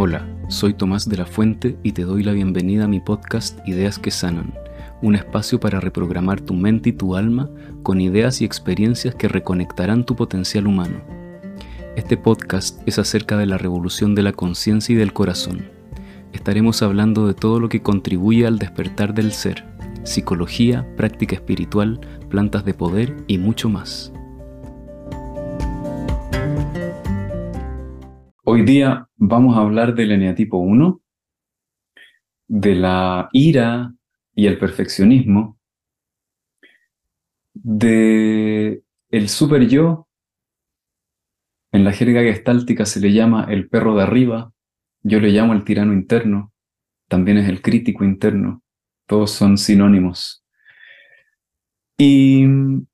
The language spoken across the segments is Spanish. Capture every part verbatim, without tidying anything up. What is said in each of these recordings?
Hola, soy Tomás de la Fuente y te doy la bienvenida a mi podcast Ideas que Sanan, un espacio para reprogramar tu mente y tu alma con ideas y experiencias que reconectarán tu potencial humano. Este podcast es acerca de la revolución de la conciencia y del corazón. Estaremos hablando de todo lo que contribuye al despertar del ser, psicología, práctica espiritual, plantas de poder y mucho más. Hoy día vamos a hablar del eneatipo uno, de la ira y el perfeccionismo, de el super yo. En la jerga gestáltica se le llama el perro de arriba, yo le llamo el tirano interno, también es el crítico interno, todos son sinónimos. Y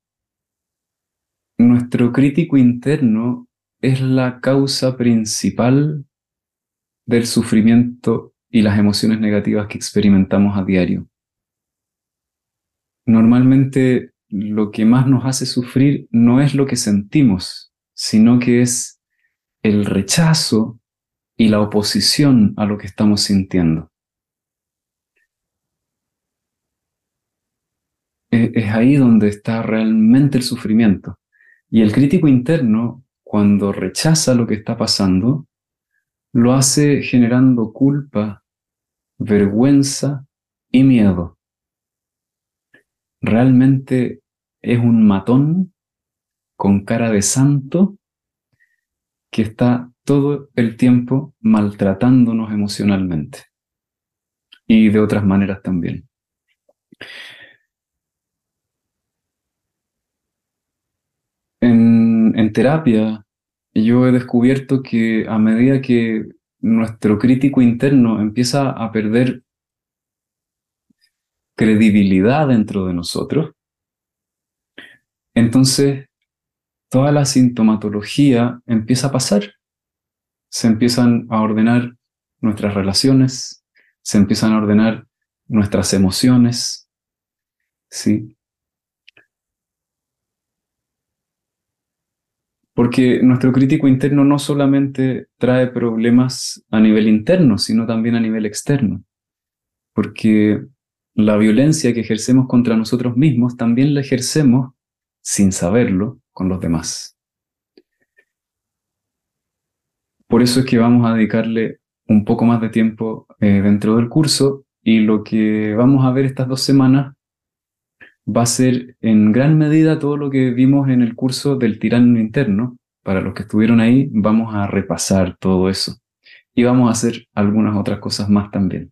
nuestro crítico interno es la causa principal del sufrimiento y las emociones negativas que experimentamos a diario. Normalmente lo que más nos hace sufrir no es lo que sentimos, sino que es el rechazo y la oposición a lo que estamos sintiendo. Es ahí donde está realmente el sufrimiento. Y el crítico interno, cuando rechaza lo que está pasando, lo hace generando culpa, vergüenza y miedo. Realmente es un matón con cara de santo que está todo el tiempo maltratándonos emocionalmente y de otras maneras también. En, en terapia yo he descubierto que a medida que nuestro crítico interno empieza a perder credibilidad dentro de nosotros, entonces toda la sintomatología empieza a pasar. Se empiezan a ordenar nuestras relaciones, se empiezan a ordenar nuestras emociones, ¿sí? Porque nuestro crítico interno no solamente trae problemas a nivel interno, sino también a nivel externo. Porque la violencia que ejercemos contra nosotros mismos también la ejercemos, sin saberlo, con los demás. Por eso es que vamos a dedicarle un poco más de tiempo eh, dentro del curso, y lo que vamos a ver estas dos semanas va a ser en gran medida todo lo que vimos en el curso del tirano interno. Para los que estuvieron ahí, vamos a repasar todo eso. Y vamos a hacer algunas otras cosas más también.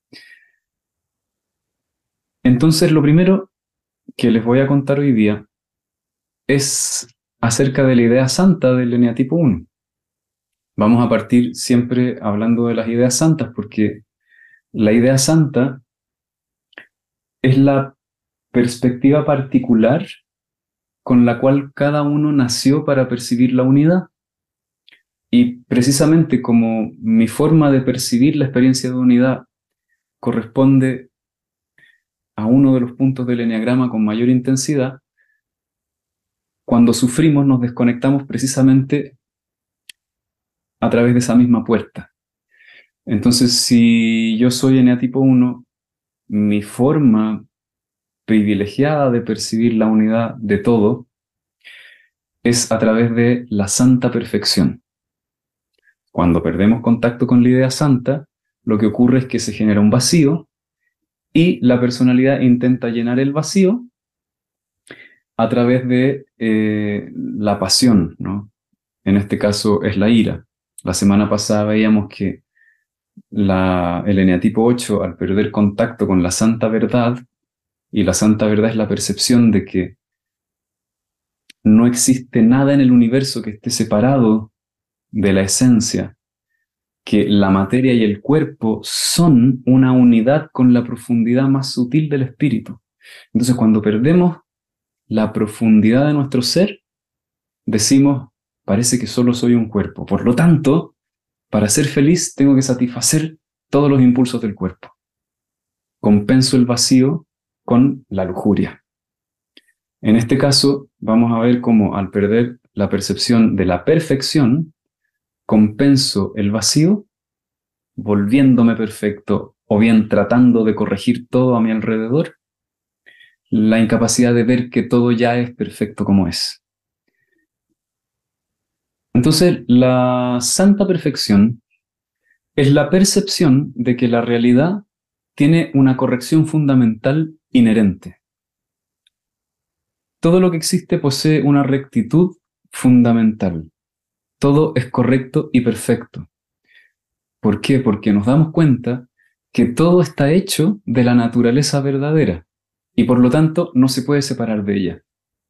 Entonces, lo primero que les voy a contar hoy día es acerca de la idea santa del eneatipo uno. Vamos a partir siempre hablando de las ideas santas, porque la idea santa es la perspectiva particular con la cual cada uno nació para percibir la unidad. Y precisamente como mi forma de percibir la experiencia de unidad corresponde a uno de los puntos del eneagrama con mayor intensidad, cuando sufrimos nos desconectamos precisamente a través de esa misma puerta. Entonces, si yo soy eneatipo uno, mi forma privilegiada de percibir la unidad de todo es a través de la santa perfección. Cuando perdemos contacto con la idea santa, lo que ocurre es que se genera un vacío y la personalidad intenta llenar el vacío a través de eh, la pasión, ¿no? En este caso es la ira. La semana pasada veíamos que la, el eneatipo ocho, al perder contacto con la santa verdad, y la santa verdad es la percepción de que no existe nada en el universo que esté separado de la esencia, que la materia y el cuerpo son una unidad con la profundidad más sutil del espíritu. Entonces, cuando perdemos la profundidad de nuestro ser, decimos, parece que solo soy un cuerpo. Por lo tanto, para ser feliz tengo que satisfacer todos los impulsos del cuerpo. Compenso el vacío con la lujuria. En este caso, vamos a ver cómo al perder la percepción de la perfección, compenso el vacío volviéndome perfecto, o bien tratando de corregir todo a mi alrededor, la incapacidad de ver que todo ya es perfecto como es. Entonces, la santa perfección es la percepción de que la realidad tiene una corrección fundamental inherente. Todo lo que existe posee una rectitud fundamental. Todo es correcto y perfecto. ¿Por qué? Porque nos damos cuenta que todo está hecho de la naturaleza verdadera y por lo tanto no se puede separar de ella.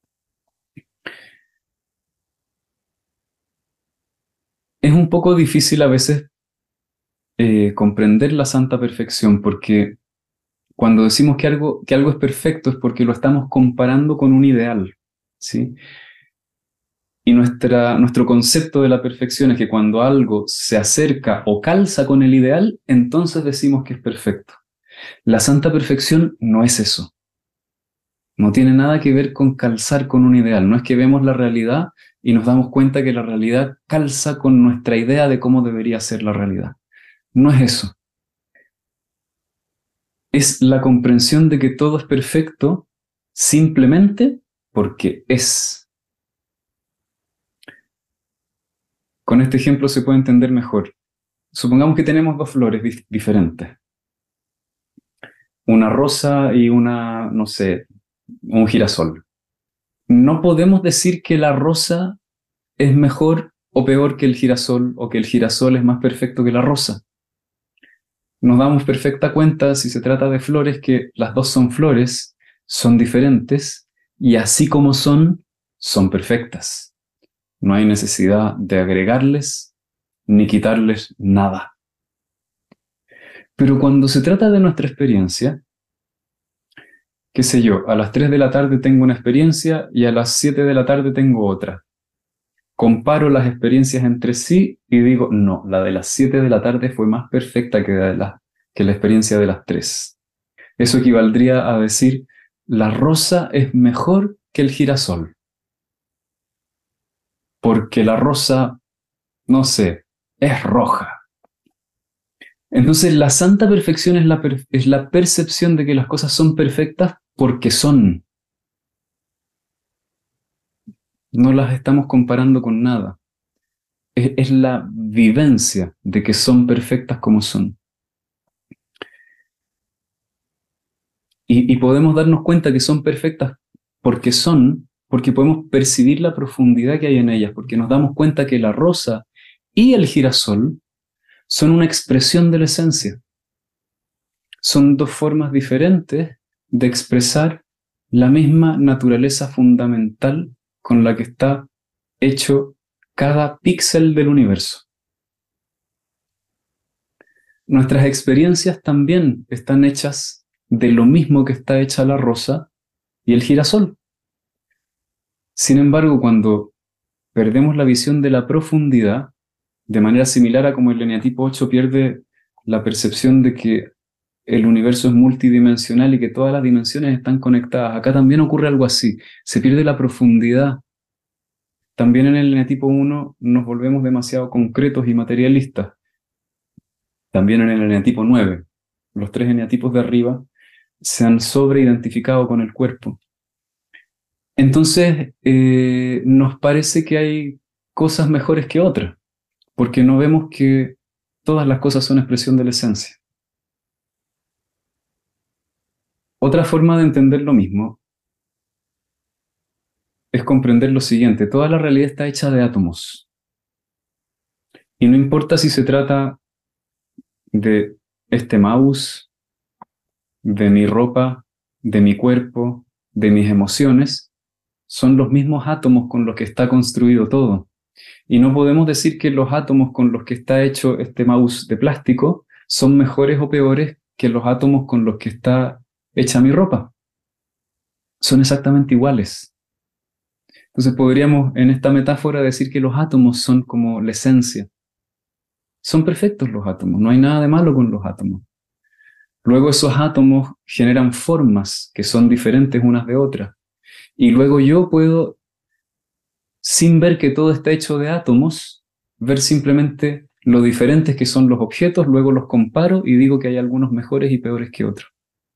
Es un poco difícil a veces eh, comprender la santa perfección porque cuando decimos que algo, que algo es perfecto es porque lo estamos comparando con un ideal, ¿sí? Y nuestra, nuestro concepto de la perfección es que cuando algo se acerca o calza con el ideal, entonces decimos que es perfecto. La santa perfección no es eso. No tiene nada que ver con calzar con un ideal. No es que vemos la realidad y nos damos cuenta que la realidad calza con nuestra idea de cómo debería ser la realidad. No es eso. Es la comprensión de que todo es perfecto simplemente porque es. Con este ejemplo se puede entender mejor. Supongamos que tenemos dos flores dif- diferentes. Una rosa y una, no sé, un girasol. No podemos decir que la rosa es mejor o peor que el girasol o que el girasol es más perfecto que la rosa. Nos damos perfecta cuenta, si se trata de flores, que las dos son flores, son diferentes y así como son, son perfectas. No hay necesidad de agregarles ni quitarles nada. Pero cuando se trata de nuestra experiencia, qué sé yo, a las tres de la tarde tengo una experiencia y a las siete de la tarde tengo otra. Comparo las experiencias entre sí y digo, no, la de las siete de la tarde fue más perfecta que la, que la experiencia de las tres. Eso equivaldría a decir, la rosa es mejor que el girasol, porque la rosa, no sé, es roja. Entonces, la santa perfección es la, per- es la percepción de que las cosas son perfectas porque son. No las estamos comparando con nada. Es, es la vivencia de que son perfectas como son. Y, y podemos darnos cuenta que son perfectas porque son, porque podemos percibir la profundidad que hay en ellas, porque nos damos cuenta que la rosa y el girasol son una expresión de la esencia. Son dos formas diferentes de expresar la misma naturaleza fundamental con la que está hecho cada píxel del universo. Nuestras experiencias también están hechas de lo mismo que está hecha la rosa y el girasol. Sin embargo, cuando perdemos la visión de la profundidad, de manera similar a como el eneatipo ocho pierde la percepción de que el universo es multidimensional y que todas las dimensiones están conectadas. Acá también ocurre algo así. Se pierde la profundidad. También en el eneatipo uno nos volvemos demasiado concretos y materialistas. También en el eneatipo nueve. Los tres eneatipos de arriba se han sobreidentificado con el cuerpo. Entonces, eh, nos parece que hay cosas mejores que otras, porque no vemos que todas las cosas son expresión de la esencia. Otra forma de entender lo mismo es comprender lo siguiente: toda la realidad está hecha de átomos. Y no importa si se trata de este mouse, de mi ropa, de mi cuerpo, de mis emociones, son los mismos átomos con los que está construido todo. Y no podemos decir que los átomos con los que está hecho este mouse de plástico son mejores o peores que los átomos con los que está hecha mi ropa. Son exactamente iguales. Entonces podríamos en esta metáfora decir que los átomos son como la esencia. Son perfectos los átomos, no hay nada de malo con los átomos. Luego esos átomos generan formas que son diferentes unas de otras. Y luego yo puedo, sin ver que todo está hecho de átomos, ver simplemente lo diferentes que son los objetos, luego los comparo y digo que hay algunos mejores y peores que otros.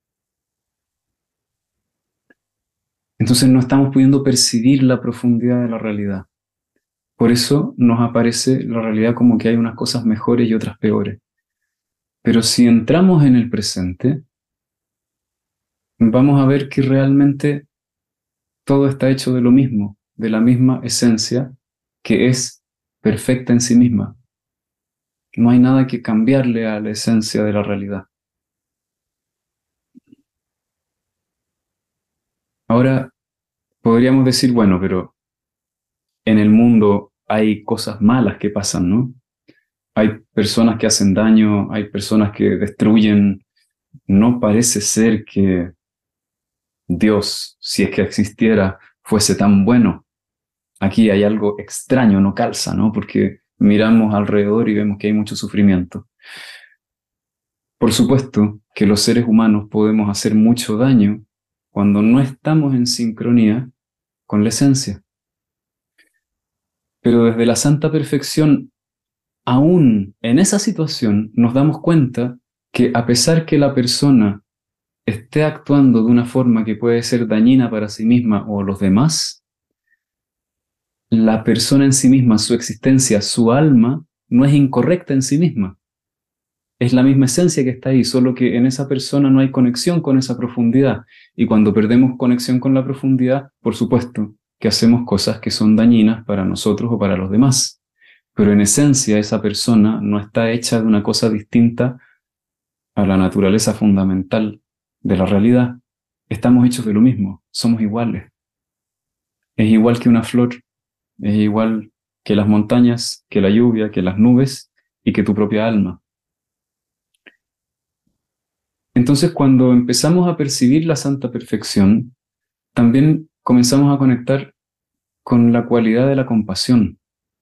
Entonces no estamos pudiendo percibir la profundidad de la realidad. Por eso nos aparece la realidad como que hay unas cosas mejores y otras peores. Pero si entramos en el presente, vamos a ver que realmente todo está hecho de lo mismo, de la misma esencia, que es perfecta en sí misma. No hay nada que cambiarle a la esencia de la realidad. Ahora, podríamos decir, bueno, pero en el mundo hay cosas malas que pasan, ¿no? Hay personas que hacen daño, hay personas que destruyen. No parece ser que Dios, si es que existiera, fuese tan bueno. Aquí hay algo extraño, no calza, ¿no? Porque miramos alrededor y vemos que hay mucho sufrimiento. Por supuesto que los seres humanos podemos hacer mucho daño cuando no estamos en sincronía con la esencia. Pero desde la santa perfección, aún en esa situación, nos damos cuenta que a pesar que la persona esté actuando de una forma que puede ser dañina para sí misma o los demás, la persona en sí misma, su existencia, su alma, no es incorrecta en sí misma. Es la misma esencia que está ahí, solo que en esa persona no hay conexión con esa profundidad. Y cuando perdemos conexión con la profundidad, por supuesto que hacemos cosas que son dañinas para nosotros o para los demás. Pero en esencia esa persona no está hecha de una cosa distinta a la naturaleza fundamental de la realidad. Estamos hechos de lo mismo, somos iguales. Es igual que una flor, es igual que las montañas, que la lluvia, que las nubes y que tu propia alma. Entonces, cuando empezamos a percibir la santa perfección, también comenzamos a conectar con la cualidad de la compasión.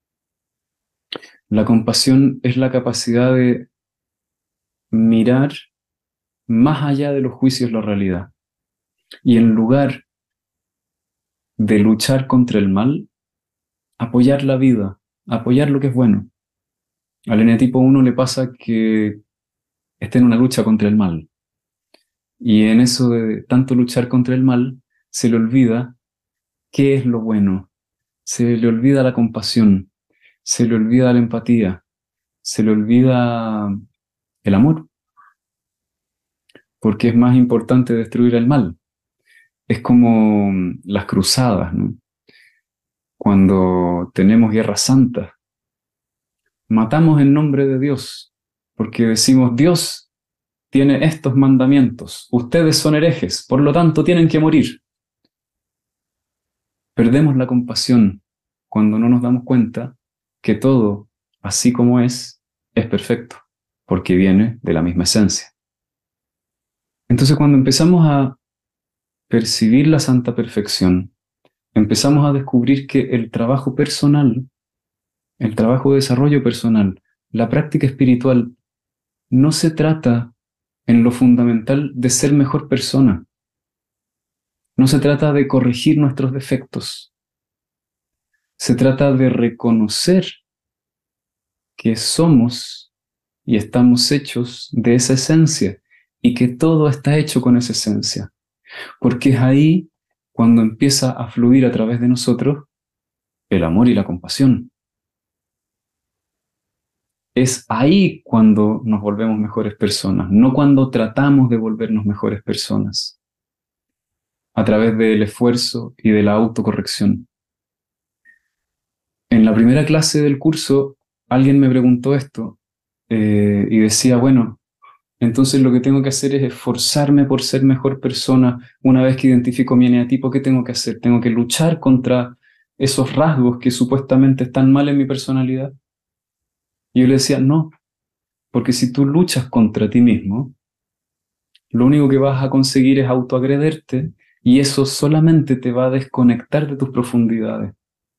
La compasión es la capacidad de mirar más allá de los juicios la realidad. Y en lugar de luchar contra el mal, apoyar la vida, apoyar lo que es bueno. Al eneatipo uno le pasa que está en una lucha contra el mal. Y en eso de tanto luchar contra el mal, se le olvida qué es lo bueno. Se le olvida la compasión, se le olvida la empatía, se le olvida el amor, porque es más importante destruir el mal. Es como las cruzadas, ¿no? Cuando tenemos guerra santa, matamos en nombre de Dios, porque decimos, Dios tiene estos mandamientos, ustedes son herejes, por lo tanto tienen que morir. Perdemos la compasión cuando no nos damos cuenta que todo, así como es, es perfecto, porque viene de la misma esencia. Entonces, cuando empezamos a percibir la santa perfección, empezamos a descubrir que el trabajo personal, el trabajo de desarrollo personal, la práctica espiritual, no se trata en lo fundamental de ser mejor persona. No se trata de corregir nuestros defectos. Se trata de reconocer que somos y estamos hechos de esa esencia y que todo está hecho con esa esencia. Porque es ahí cuando empieza a fluir a través de nosotros el amor y la compasión. Es ahí cuando nos volvemos mejores personas, no cuando tratamos de volvernos mejores personas, a través del esfuerzo y de la autocorrección. En la primera clase del curso, alguien me preguntó esto eh, y decía, bueno, entonces lo que tengo que hacer es esforzarme por ser mejor persona. Una vez que identifico mi eneatipo, ¿qué tengo que hacer? ¿Tengo que luchar contra esos rasgos que supuestamente están mal en mi personalidad? Y yo le decía, no, porque si tú luchas contra ti mismo, lo único que vas a conseguir es autoagrederte y eso solamente te va a desconectar de tus profundidades.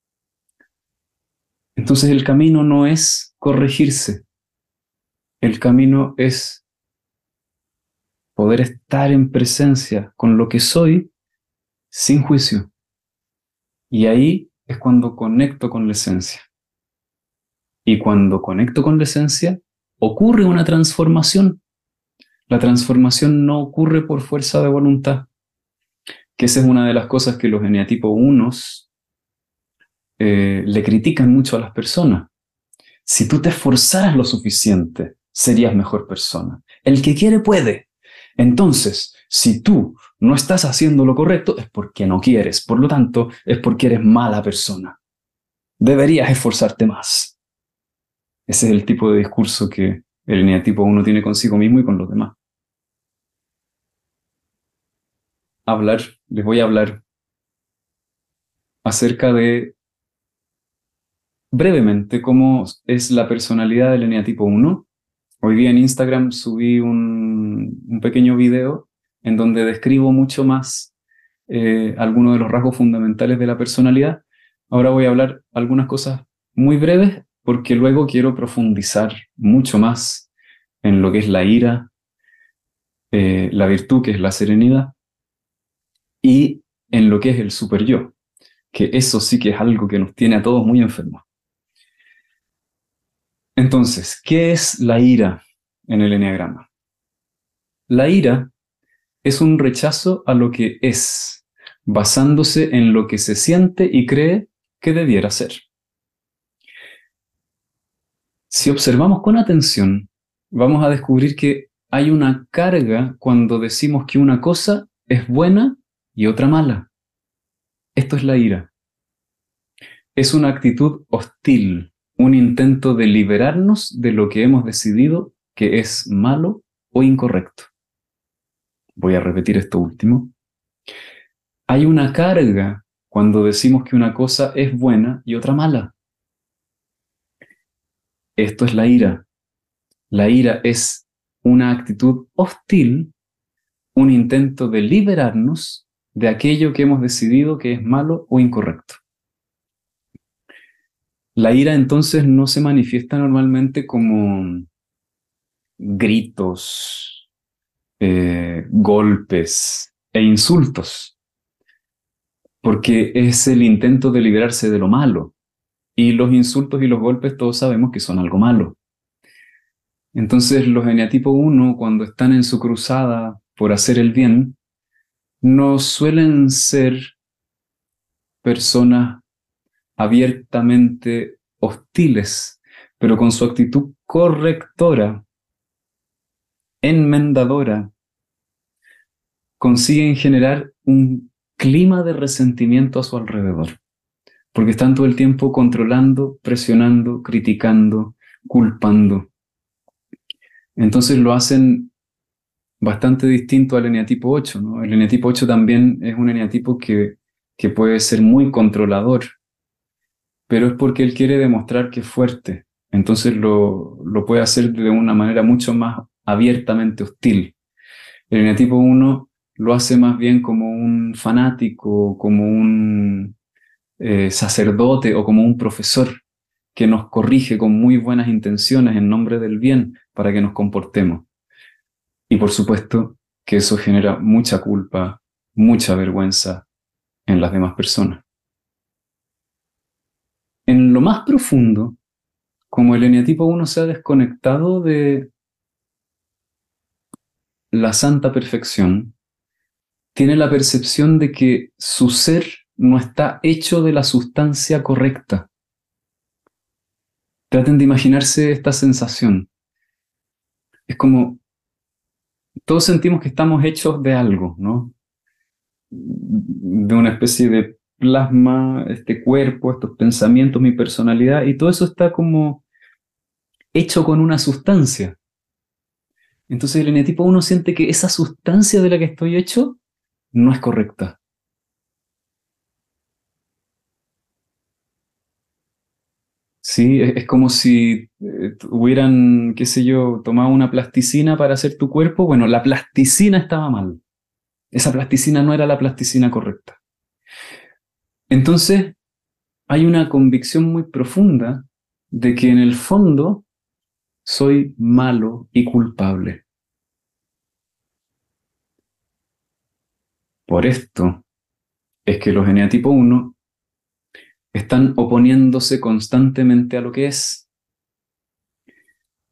Entonces el camino no es corregirse, el camino es poder estar en presencia con lo que soy sin juicio. Y ahí es cuando conecto con la esencia. Y cuando conecto con la esencia, ocurre una transformación. La transformación no ocurre por fuerza de voluntad, que esa es una de las cosas que los eneatipo unos eh, le critican mucho a las personas. Si tú te esforzaras lo suficiente, serías mejor persona. El que quiere puede. Entonces, si tú no estás haciendo lo correcto, es porque no quieres. Por lo tanto, es porque eres mala persona. Deberías esforzarte más. Ese es el tipo de discurso que el eneatipo uno tiene consigo mismo y con los demás. Hablar, les voy a hablar acerca de, brevemente, cómo es la personalidad del eneatipo uno. Hoy día en Instagram subí un, un pequeño video en donde describo mucho más eh, algunos de los rasgos fundamentales de la personalidad. Ahora voy a hablar algunas cosas muy breves porque luego quiero profundizar mucho más en lo que es la ira, eh, la virtud, que es la serenidad, y en lo que es el super yo, que eso sí que es algo que nos tiene a todos muy enfermos. Entonces, ¿qué es la ira en el eneagrama? La ira es un rechazo a lo que es, basándose en lo que se siente y cree que debiera ser. Si observamos con atención, vamos a descubrir que hay una carga cuando decimos que una cosa es buena y otra mala. Esto es la ira. Es una actitud hostil, un intento de liberarnos de lo que hemos decidido que es malo o incorrecto. Voy a repetir esto último. Hay una carga cuando decimos que una cosa es buena y otra mala. Esto es la ira. La ira es una actitud hostil, un intento de liberarnos de aquello que hemos decidido que es malo o incorrecto. La ira entonces no se manifiesta normalmente como gritos, eh, golpes e insultos, porque es el intento de liberarse de lo malo. Y los insultos y los golpes todos sabemos que son algo malo. Entonces los eneatipo uno, cuando están en su cruzada por hacer el bien, no suelen ser personas abiertamente hostiles, pero con su actitud correctora, enmendadora, consiguen generar un clima de resentimiento a su alrededor, porque están todo el tiempo controlando, presionando, criticando, culpando. Entonces lo hacen bastante distinto al eneatipo ocho, ¿no? El eneatipo ocho también es un eneatipo que, que puede ser muy controlador, pero es porque él quiere demostrar que es fuerte. Entonces lo, lo puede hacer de una manera mucho más abiertamente hostil. El eneatipo uno lo hace más bien como un fanático, como un eh, sacerdote o como un profesor que nos corrige con muy buenas intenciones en nombre del bien para que nos comportemos. Y por supuesto que eso genera mucha culpa, mucha vergüenza en las demás personas. En lo más profundo, como el eneatipo uno se ha desconectado de la santa perfección, tiene la percepción de que su ser no está hecho de la sustancia correcta. Traten de imaginarse esta sensación. Es como, todos sentimos que estamos hechos de algo, ¿no? De una especie de plasma, este cuerpo, estos pensamientos, mi personalidad, y todo eso está como hecho con una sustancia. Entonces el eneatipo uno siente que esa sustancia de la que estoy hecho no es correcta. Sí, es, es como si eh, hubieran, qué sé yo, tomado una plasticina para hacer tu cuerpo. Bueno, la plasticina estaba mal. Esa plasticina no era la plasticina correcta. Entonces, hay una convicción muy profunda de que en el fondo soy malo y culpable. Por esto es que los eneatipo uno están oponiéndose constantemente a lo que es.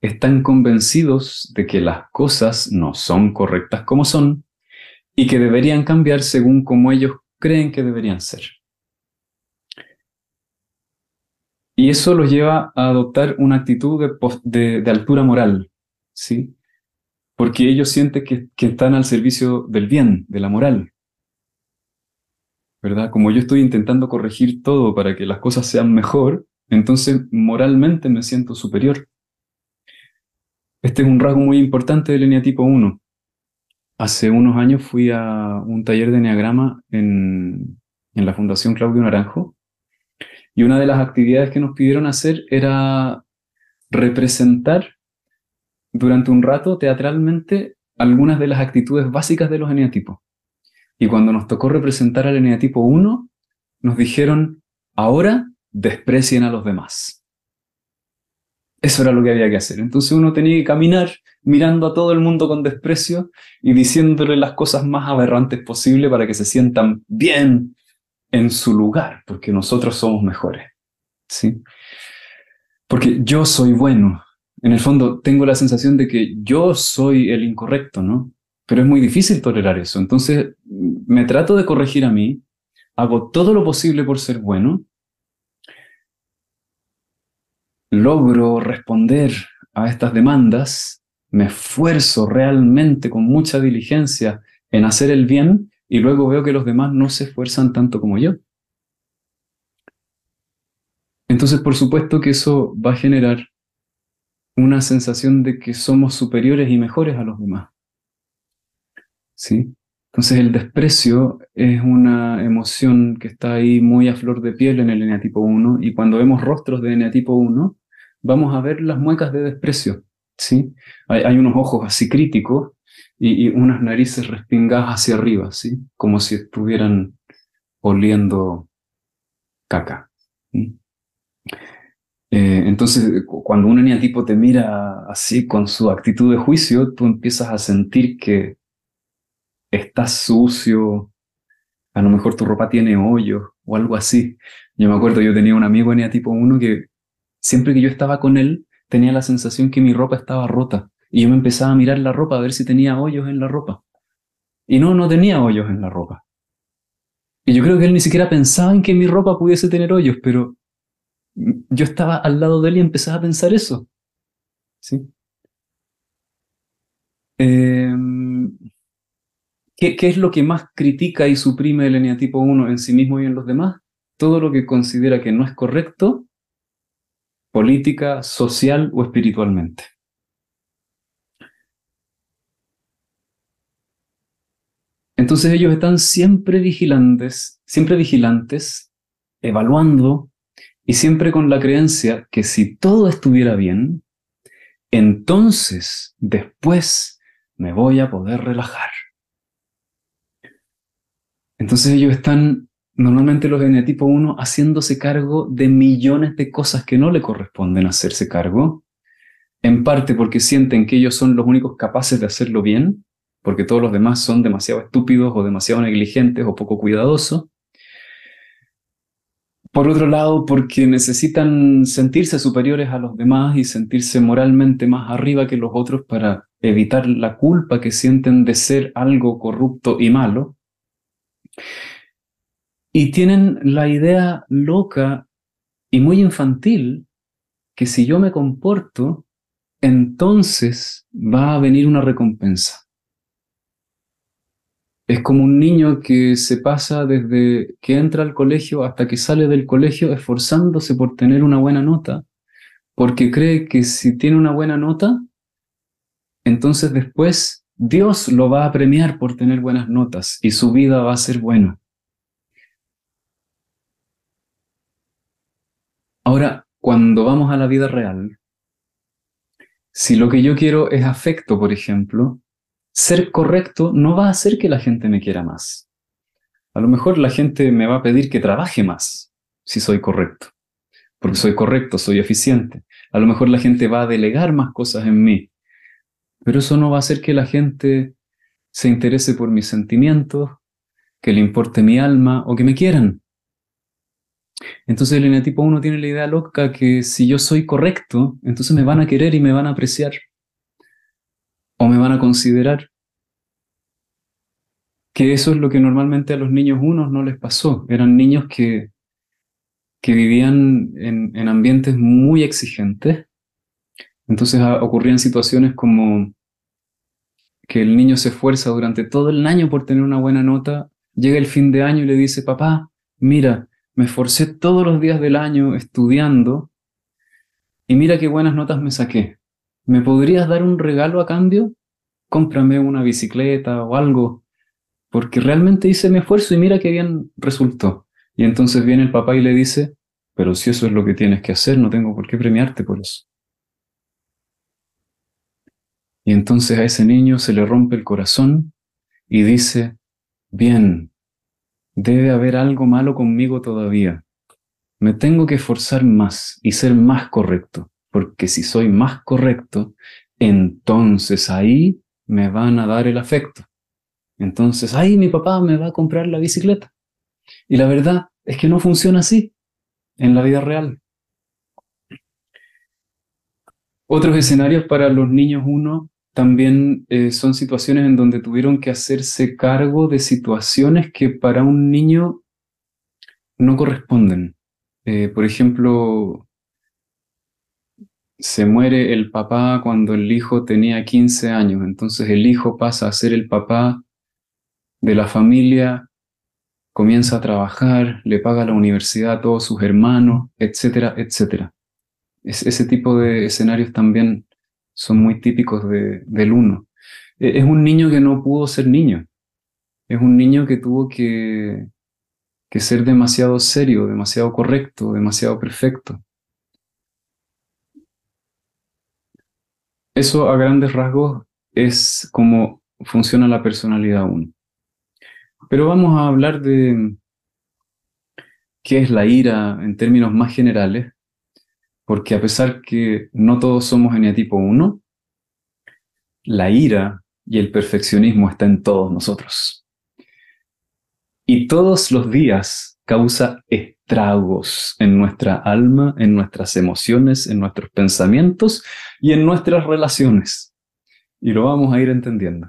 están convencidos de que las cosas no son correctas como son y que deberían cambiar según como ellos creen que deberían ser. Y eso los lleva a adoptar una actitud de, de, de altura moral, ¿sí? Porque ellos sienten que, que están al servicio del bien, de la moral, ¿verdad? Como yo estoy intentando corregir todo para que las cosas sean mejor, entonces moralmente me siento superior. Este es un rasgo muy importante del eneatipo uno. Hace unos años fui a un taller de eneagrama en, en la Fundación Claudio Naranjo, y una de las actividades que nos pidieron hacer era representar durante un rato teatralmente algunas de las actitudes básicas de los eneatipos. Y cuando nos tocó representar al eneatipo uno, nos dijeron, ahora desprecien a los demás. Eso era lo que había que hacer. Entonces uno tenía que caminar mirando a todo el mundo con desprecio y diciéndole las cosas más aberrantes posible para que se sientan bien en su lugar, porque nosotros somos mejores, ¿sí? Porque yo soy bueno. En el fondo tengo la sensación de que yo soy el incorrecto, ¿no? Pero es muy difícil tolerar eso. Entonces me trato de corregir a mí, hago todo lo posible por ser bueno, logro responder a estas demandas, me esfuerzo realmente con mucha diligencia en hacer el bien y luego veo que los demás no se esfuerzan tanto como yo. Entonces, por supuesto que eso va a generar una sensación de que somos superiores y mejores a los demás, ¿sí? Entonces el desprecio es una emoción que está ahí muy a flor de piel en el eneatipo uno, y cuando vemos rostros de eneatipo uno, vamos a ver las muecas de desprecio, ¿sí? Hay, hay unos ojos así críticos y, y unas narices respingadas hacia arriba, ¿sí? Como si estuvieran oliendo caca, ¿sí? Eh, entonces, cuando un eneatipo te mira así con su actitud de juicio, tú empiezas a sentir que estás sucio, a lo mejor tu ropa tiene hoyos o algo así. Yo me acuerdo, yo tenía un amigo eneatipo uno que siempre que yo estaba con él, tenía la sensación que mi ropa estaba rota. Y yo me empezaba a mirar la ropa a ver si tenía hoyos en la ropa. Y no, no tenía hoyos en la ropa. Y yo creo que él ni siquiera pensaba en que mi ropa pudiese tener hoyos, pero yo estaba al lado de él y empezaba a pensar eso, ¿sí? Eh, ¿qué, qué es lo que más critica y suprime el eneatipo uno en sí mismo y en los demás? Todo lo que considera que no es correcto, política, social o espiritualmente. Entonces ellos están siempre vigilantes, siempre vigilantes, evaluando y siempre con la creencia que si todo estuviera bien, entonces después me voy a poder relajar. Entonces ellos están, normalmente los eneatipo uno, haciéndose cargo de millones de cosas que no le corresponden hacerse cargo, en parte porque sienten que ellos son los únicos capaces de hacerlo bien, porque todos los demás son demasiado estúpidos o demasiado negligentes o poco cuidadosos. Por otro lado, porque necesitan sentirse superiores a los demás y sentirse moralmente más arriba que los otros para evitar la culpa que sienten de ser algo corrupto y malo. Y tienen la idea loca y muy infantil que si yo me comporto, entonces va a venir una recompensa. Es como un niño que se pasa desde que entra al colegio hasta que sale del colegio esforzándose por tener una buena nota, porque cree que si tiene una buena nota, entonces después Dios lo va a premiar por tener buenas notas y su vida va a ser buena. Ahora, cuando vamos a la vida real, si lo que yo quiero es afecto, por ejemplo, ser correcto no va a hacer que la gente me quiera más. A lo mejor la gente me va a pedir que trabaje más si soy correcto, porque soy correcto, soy eficiente. A lo mejor la gente va a delegar más cosas en mí, pero eso no va a hacer que la gente se interese por mis sentimientos, que le importe mi alma o que me quieran. Entonces el eneatipo uno tiene la idea loca que si yo soy correcto, entonces me van a querer y me van a apreciar o me van a considerar. Que eso es lo que normalmente a los niños unos no les pasó. Eran niños que, que vivían en, en ambientes muy exigentes. Entonces a- ocurrían situaciones como que el niño se esfuerza durante todo el año por tener una buena nota, llega el fin de año y le dice, papá, mira, me esforcé todos los días del año estudiando y mira qué buenas notas me saqué. ¿Me podrías dar un regalo a cambio? Cómprame una bicicleta o algo, porque realmente hice mi esfuerzo y mira qué bien resultó. Y entonces viene el papá y le dice, pero si eso es lo que tienes que hacer, no tengo por qué premiarte por eso. Y entonces a ese niño se le rompe el corazón y dice, bien, debe haber algo malo conmigo todavía. Me tengo que esforzar más y ser más correcto, porque si soy más correcto, entonces ahí me van a dar el afecto. Entonces ahí mi papá me va a comprar la bicicleta. Y la verdad es que no funciona así en la vida real. Otros escenarios para los niños uno también eh, son situaciones en donde tuvieron que hacerse cargo de situaciones que para un niño no corresponden. Eh, por ejemplo, se muere el papá cuando el hijo tenía quince años, entonces el hijo pasa a ser el papá de la familia, comienza a trabajar, le paga la universidad a todos sus hermanos, etcétera, etcétera. Es, ese tipo de escenarios también son muy típicos de, del uno. Eh, Es un niño que no pudo ser niño, es un niño que tuvo que, que ser demasiado serio, demasiado correcto, demasiado perfecto. Eso a grandes rasgos es cómo funciona la personalidad uno. Pero vamos a hablar de qué es la ira en términos más generales, porque a pesar que no todos somos eneatipo uno, la ira y el perfeccionismo está en todos nosotros. Y todos los días causa estragos en nuestra alma, en nuestras emociones, en nuestros pensamientos y en nuestras relaciones. Y lo vamos a ir entendiendo.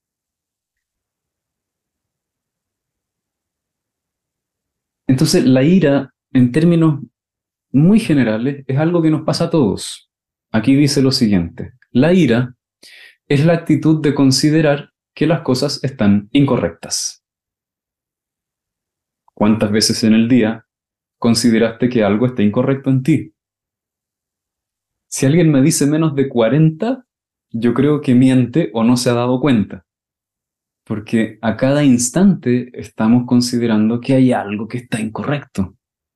Entonces, la ira, en términos muy generales, es algo que nos pasa a todos. Aquí dice lo siguiente: la ira es la actitud de considerar que las cosas están incorrectas. ¿Cuántas veces en el día consideraste que algo está incorrecto en ti? Si alguien me dice menos de cuarenta, yo creo que miente o no se ha dado cuenta, porque a cada instante estamos considerando que hay algo que está incorrecto.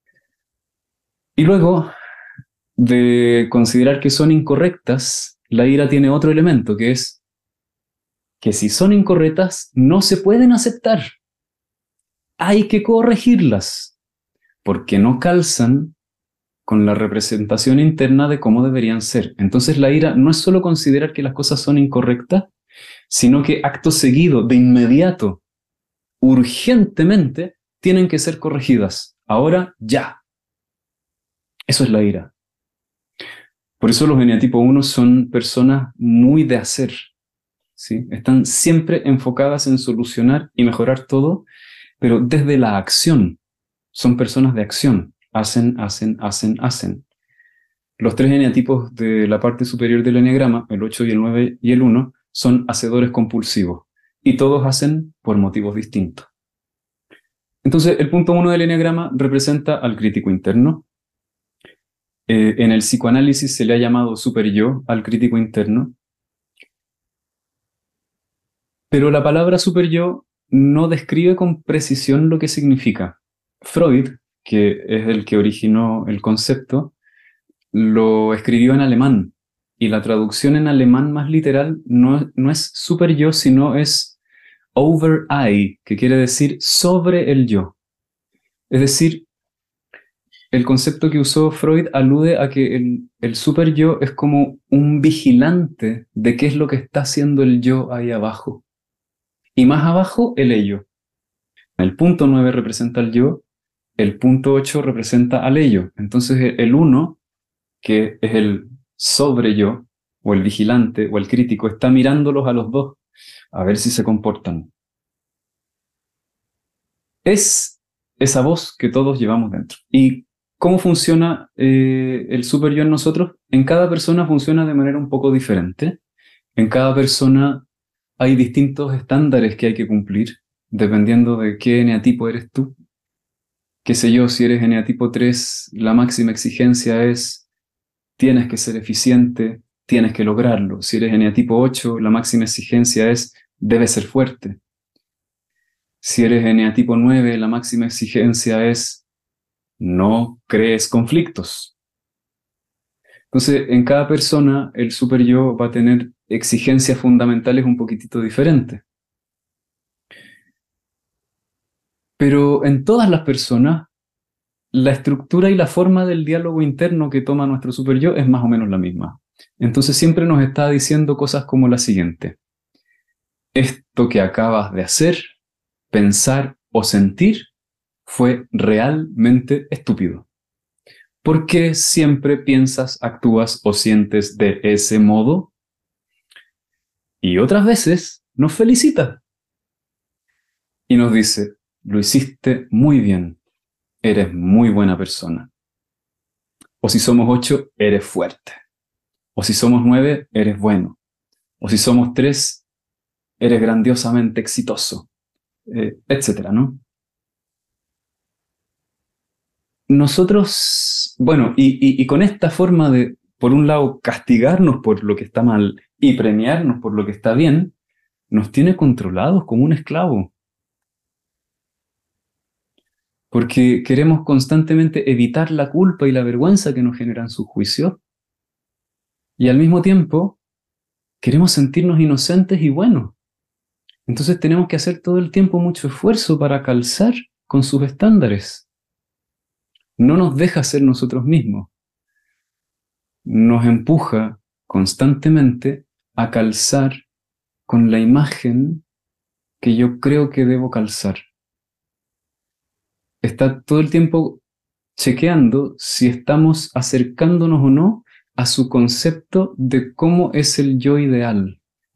Y luego de considerar que son incorrectas, la ira tiene otro elemento, que es que si son incorrectas, no se pueden aceptar. Hay que corregirlas, porque no calzan con la representación interna de cómo deberían ser. Entonces la ira no es solo considerar que las cosas son incorrectas, sino que acto seguido, de inmediato, urgentemente, tienen que ser corregidas. Ahora, ya. Eso es la ira. Por eso los eneatipo uno son personas muy de hacer, ¿sí? Están siempre enfocadas en solucionar y mejorar todo, pero desde la acción. Son personas de acción. Hacen, hacen, hacen, hacen. Los tres eneatipos de la parte superior del eneagrama, el ocho y el nueve y el uno, son hacedores compulsivos. Y todos hacen por motivos distintos. Entonces, el punto uno del eneagrama representa al crítico interno. Eh, en el psicoanálisis se le ha llamado superyo al crítico interno. Pero la palabra superyo no describe con precisión lo que significa. Freud, que es el que originó el concepto, lo escribió en alemán. Y la traducción en alemán más literal no, no es superyo, sino es over I, que quiere decir sobre el yo. Es decir, el concepto que usó Freud alude a que el, el super yo es como un vigilante de qué es lo que está haciendo el yo ahí abajo. Y más abajo, el ello. El punto nueve representa el yo el punto ocho representa al ello. Entonces el uno, que es el sobre yo, o el vigilante, o el crítico, está mirándolos a los dos, a ver si se comportan. Es esa voz que todos llevamos dentro. ¿Y cómo funciona eh, el super yo en nosotros? En cada persona funciona de manera un poco diferente. En cada persona hay distintos estándares que hay que cumplir, dependiendo de qué eneatipo eres tú. Qué sé yo, si eres eneatipo tres, la máxima exigencia es tienes que ser eficiente, tienes que lograrlo. Si eres eneatipo ocho, la máxima exigencia es debes ser fuerte. Si eres eneatipo nueve, la máxima exigencia es no crees conflictos. Entonces, en cada persona, el super yo va a tener exigencias fundamentales un poquitito diferentes. Pero en todas las personas, la estructura y la forma del diálogo interno que toma nuestro super yo es más o menos la misma. Entonces siempre nos está diciendo cosas como la siguiente. Esto que acabas de hacer, pensar o sentir fue realmente estúpido. ¿Por qué siempre piensas, actúas o sientes de ese modo? Y otras veces nos felicita y nos dice, lo hiciste muy bien, eres muy buena persona. O si somos ocho, eres fuerte. O si somos nueve, eres bueno. O si somos tres, eres grandiosamente exitoso, eh, etcétera, ¿no? Nosotros, bueno, y, y, y con esta forma de, por un lado, castigarnos por lo que está mal y premiarnos por lo que está bien, nos tiene controlados como un esclavo. Porque queremos constantemente evitar la culpa y la vergüenza que nos generan sus juicios. Y al mismo tiempo, queremos sentirnos inocentes y buenos. Entonces tenemos que hacer todo el tiempo mucho esfuerzo para calzar con sus estándares. No nos deja ser nosotros mismos. Nos empuja constantemente a calzar con la imagen que yo creo que debo calzar. Está todo el tiempo chequeando si estamos acercándonos o no a su concepto de cómo es el yo ideal.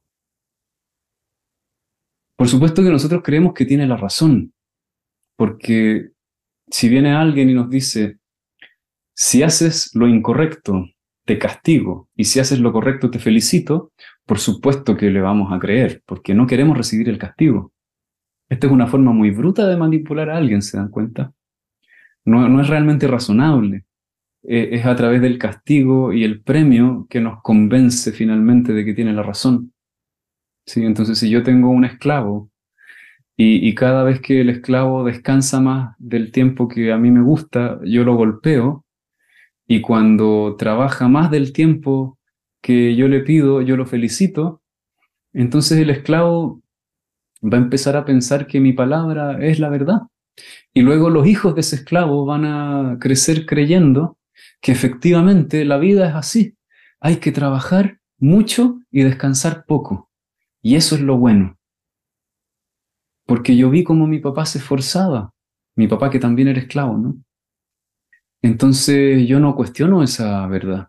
Por supuesto que nosotros creemos que tiene la razón, porque si viene alguien y nos dice, si haces lo incorrecto, te castigo, y si haces lo correcto, te felicito, por supuesto que le vamos a creer, porque no queremos recibir el castigo. Esta es una forma muy bruta de manipular a alguien, ¿se dan cuenta? No, no es realmente razonable. Eh, es a través del castigo y el premio que nos convence finalmente de que tiene la razón. ¿Sí? Entonces, si yo tengo un esclavo y, y cada vez que el esclavo descansa más del tiempo que a mí me gusta, yo lo golpeo, y cuando trabaja más del tiempo que yo le pido, yo lo felicito, entonces el esclavo va a empezar a pensar que mi palabra es la verdad. Y luego los hijos de ese esclavo van a crecer creyendo que efectivamente la vida es así. Hay que trabajar mucho y descansar poco. Y eso es lo bueno. Porque yo vi cómo mi papá se esforzaba. Mi papá que también era esclavo, ¿no? Entonces yo no cuestiono esa verdad.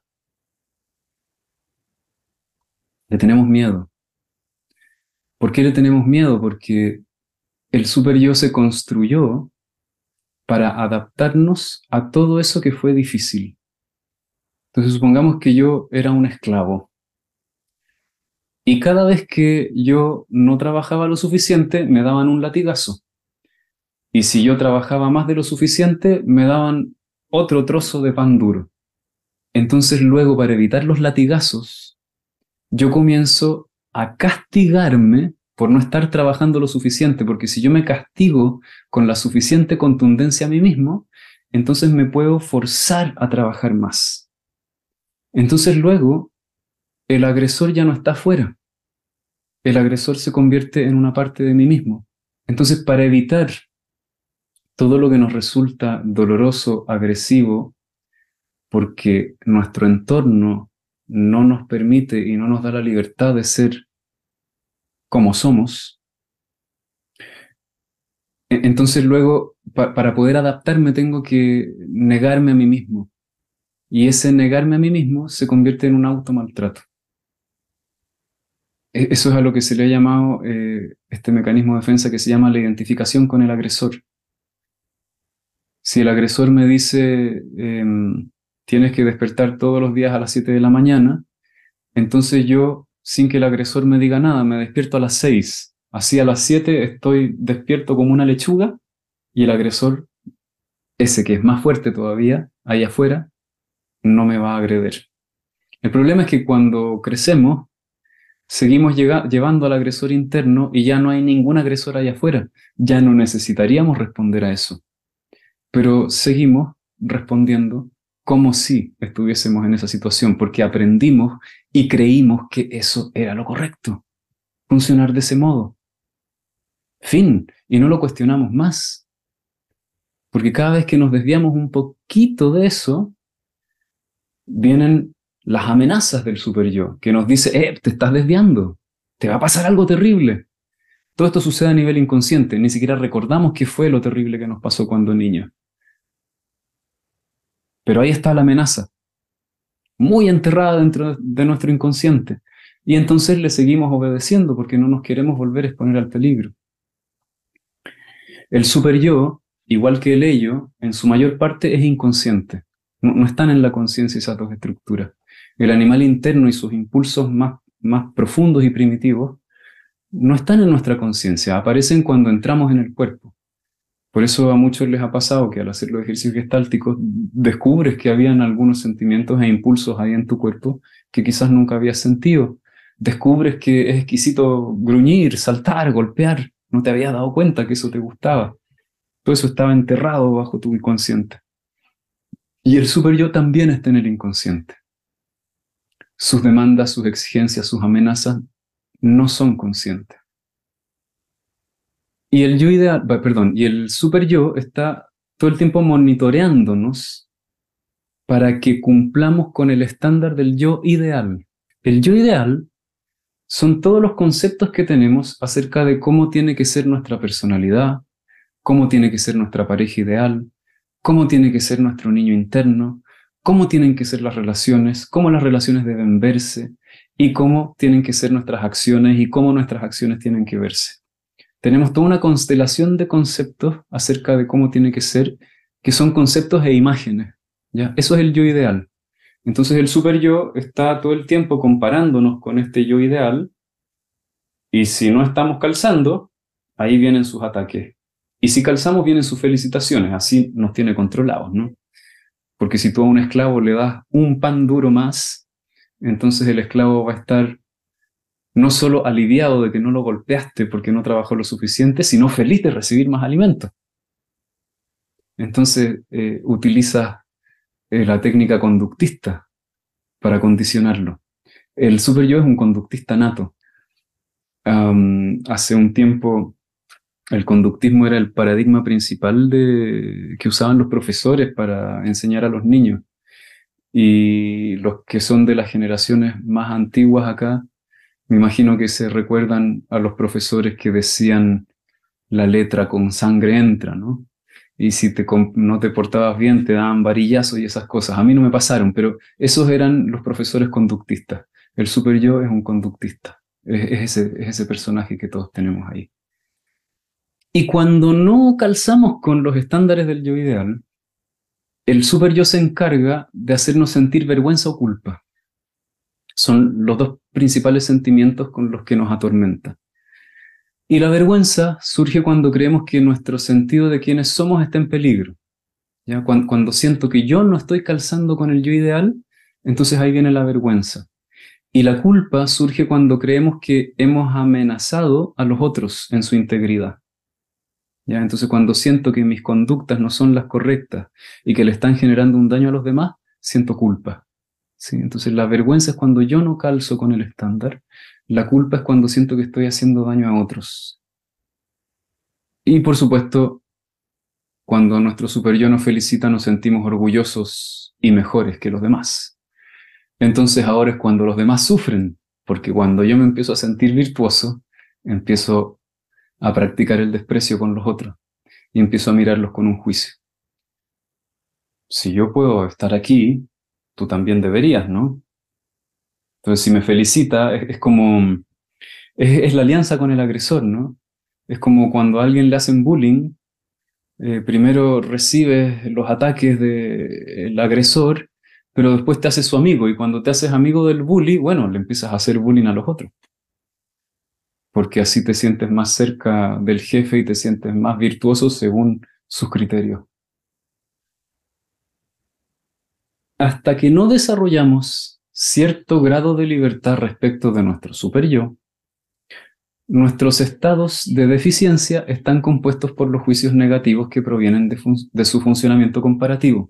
Le tenemos miedo. ¿Por qué le tenemos miedo? Porque el super yo se construyó para adaptarnos a todo eso que fue difícil. Entonces supongamos que yo era un esclavo y cada vez que yo no trabajaba lo suficiente me daban un latigazo. Y si yo trabajaba más de lo suficiente me daban otro trozo de pan duro. Entonces luego, para evitar los latigazos, yo comienzo a castigarme por no estar trabajando lo suficiente, porque si yo me castigo con la suficiente contundencia a mí mismo, entonces me puedo forzar a trabajar más. Entonces luego el agresor ya no está afuera, el agresor se convierte en una parte de mí mismo. Entonces, para evitar todo lo que nos resulta doloroso, agresivo, porque nuestro entorno no nos permite y no nos da la libertad de ser como somos, E- Entonces luego, pa- para poder adaptarme, tengo que negarme a mí mismo. Y ese negarme a mí mismo se convierte en un automaltrato. E- Eso es a lo que se le ha llamado eh, este mecanismo de defensa que se llama la identificación con el agresor. Si el agresor me dice, em, tienes que despertar todos los días a las siete de la mañana, entonces yo, sin que el agresor me diga nada, me despierto a las seis. Así a las siete estoy despierto como una lechuga y el agresor, ese que es más fuerte todavía, ahí afuera, no me va a agredir. El problema es que cuando crecemos, seguimos llega- llevando al agresor interno y ya no hay ningún agresor allá afuera. Ya no necesitaríamos responder a eso, pero seguimos respondiendo como si estuviésemos en esa situación, porque aprendimos y creímos que eso era lo correcto, funcionar de ese modo. Fin, y no lo cuestionamos más, porque cada vez que nos desviamos un poquito de eso, vienen las amenazas del superyo, que nos dice, eh, te estás desviando, te va a pasar algo terrible. Todo esto sucede a nivel inconsciente, ni siquiera recordamos qué fue lo terrible que nos pasó cuando niños. Pero ahí está la amenaza, muy enterrada dentro de nuestro inconsciente. Y entonces le seguimos obedeciendo porque no nos queremos volver a exponer al peligro. El superyo, igual que el ello, en su mayor parte es inconsciente. No, no están en la conciencia esas dos estructuras. El animal interno y sus impulsos más, más profundos y primitivos no están en nuestra conciencia, aparecen cuando entramos en el cuerpo. Por eso a muchos les ha pasado que al hacer los ejercicios gestálticos descubres que habían algunos sentimientos e impulsos ahí en tu cuerpo que quizás nunca habías sentido. Descubres que es exquisito gruñir, saltar, golpear. No te habías dado cuenta que eso te gustaba. Todo eso estaba enterrado bajo tu inconsciente. Y el superyo también está en el inconsciente. Sus demandas, sus exigencias, sus amenazas no son conscientes. Y el yo ideal, perdón, y el superyo está todo el tiempo monitoreándonos para que cumplamos con el estándar del yo ideal. El yo ideal son todos los conceptos que tenemos acerca de cómo tiene que ser nuestra personalidad, cómo tiene que ser nuestra pareja ideal, cómo tiene que ser nuestro niño interno, cómo tienen que ser las relaciones, cómo las relaciones deben verse y cómo tienen que ser nuestras acciones y cómo nuestras acciones tienen que verse. Tenemos toda una constelación de conceptos acerca de cómo tiene que ser, que son conceptos e imágenes, ¿ya? Eso es el yo ideal. Entonces el super yo está todo el tiempo comparándonos con este yo ideal y si no estamos calzando, ahí vienen sus ataques. Y si calzamos, vienen sus felicitaciones. Así nos tiene controlados, ¿no? Porque si tú a un esclavo le das un pan duro más, entonces el esclavo va a estar no solo aliviado de que no lo golpeaste porque no trabajó lo suficiente, sino feliz de recibir más alimento. Entonces eh, utiliza eh, la técnica conductista para condicionarlo. El superyo es un conductista nato. Um, hace un tiempo el conductismo era el paradigma principal de, que usaban los profesores para enseñar a los niños. Y los que son de las generaciones más antiguas acá, me imagino que se recuerdan a los profesores que decían la letra con sangre entra, ¿no? Y si te, no te portabas bien, te daban varillazos y esas cosas. A mí no me pasaron, pero esos eran los profesores conductistas. El super yo es un conductista. Es, es ese, es ese personaje que todos tenemos ahí. Y cuando no calzamos con los estándares del yo ideal, el super yo se encarga de hacernos sentir vergüenza o culpa. Son los dos principales sentimientos con los que nos atormenta. Y la vergüenza surge cuando creemos que nuestro sentido de quiénes somos está en peligro. ¿Ya? Cuando, cuando siento que yo no estoy calzando con el yo ideal, entonces ahí viene la vergüenza. Y la culpa surge cuando creemos que hemos amenazado a los otros en su integridad. ¿Ya? Entonces cuando siento que mis conductas no son las correctas y que le están generando un daño a los demás, siento culpa. ¿Sí? Entonces la vergüenza es cuando yo no calzo con el estándar, la culpa es cuando siento que estoy haciendo daño a otros. Y por supuesto, cuando nuestro superyo nos felicita, nos sentimos orgullosos y mejores que los demás. Entonces ahora es cuando los demás sufren, porque cuando yo me empiezo a sentir virtuoso, empiezo a practicar el desprecio con los otros. y empiezo a mirarlos con un juicio. Si yo puedo estar aquí, tú también deberías, ¿no? Entonces, si me felicita, es, es como, es, es la alianza con el agresor, ¿no? Es como cuando a alguien le hacen bullying, eh, primero recibes los ataques del agresor, pero después te haces su amigo, y cuando te haces amigo del bully, bueno, le empiezas a hacer bullying a los otros, porque así te sientes más cerca del jefe y te sientes más virtuoso según sus criterios. Hasta que no desarrollamos cierto grado de libertad respecto de nuestro superyo, nuestros estados de deficiencia están compuestos por los juicios negativos que provienen de, de su funcionamiento comparativo.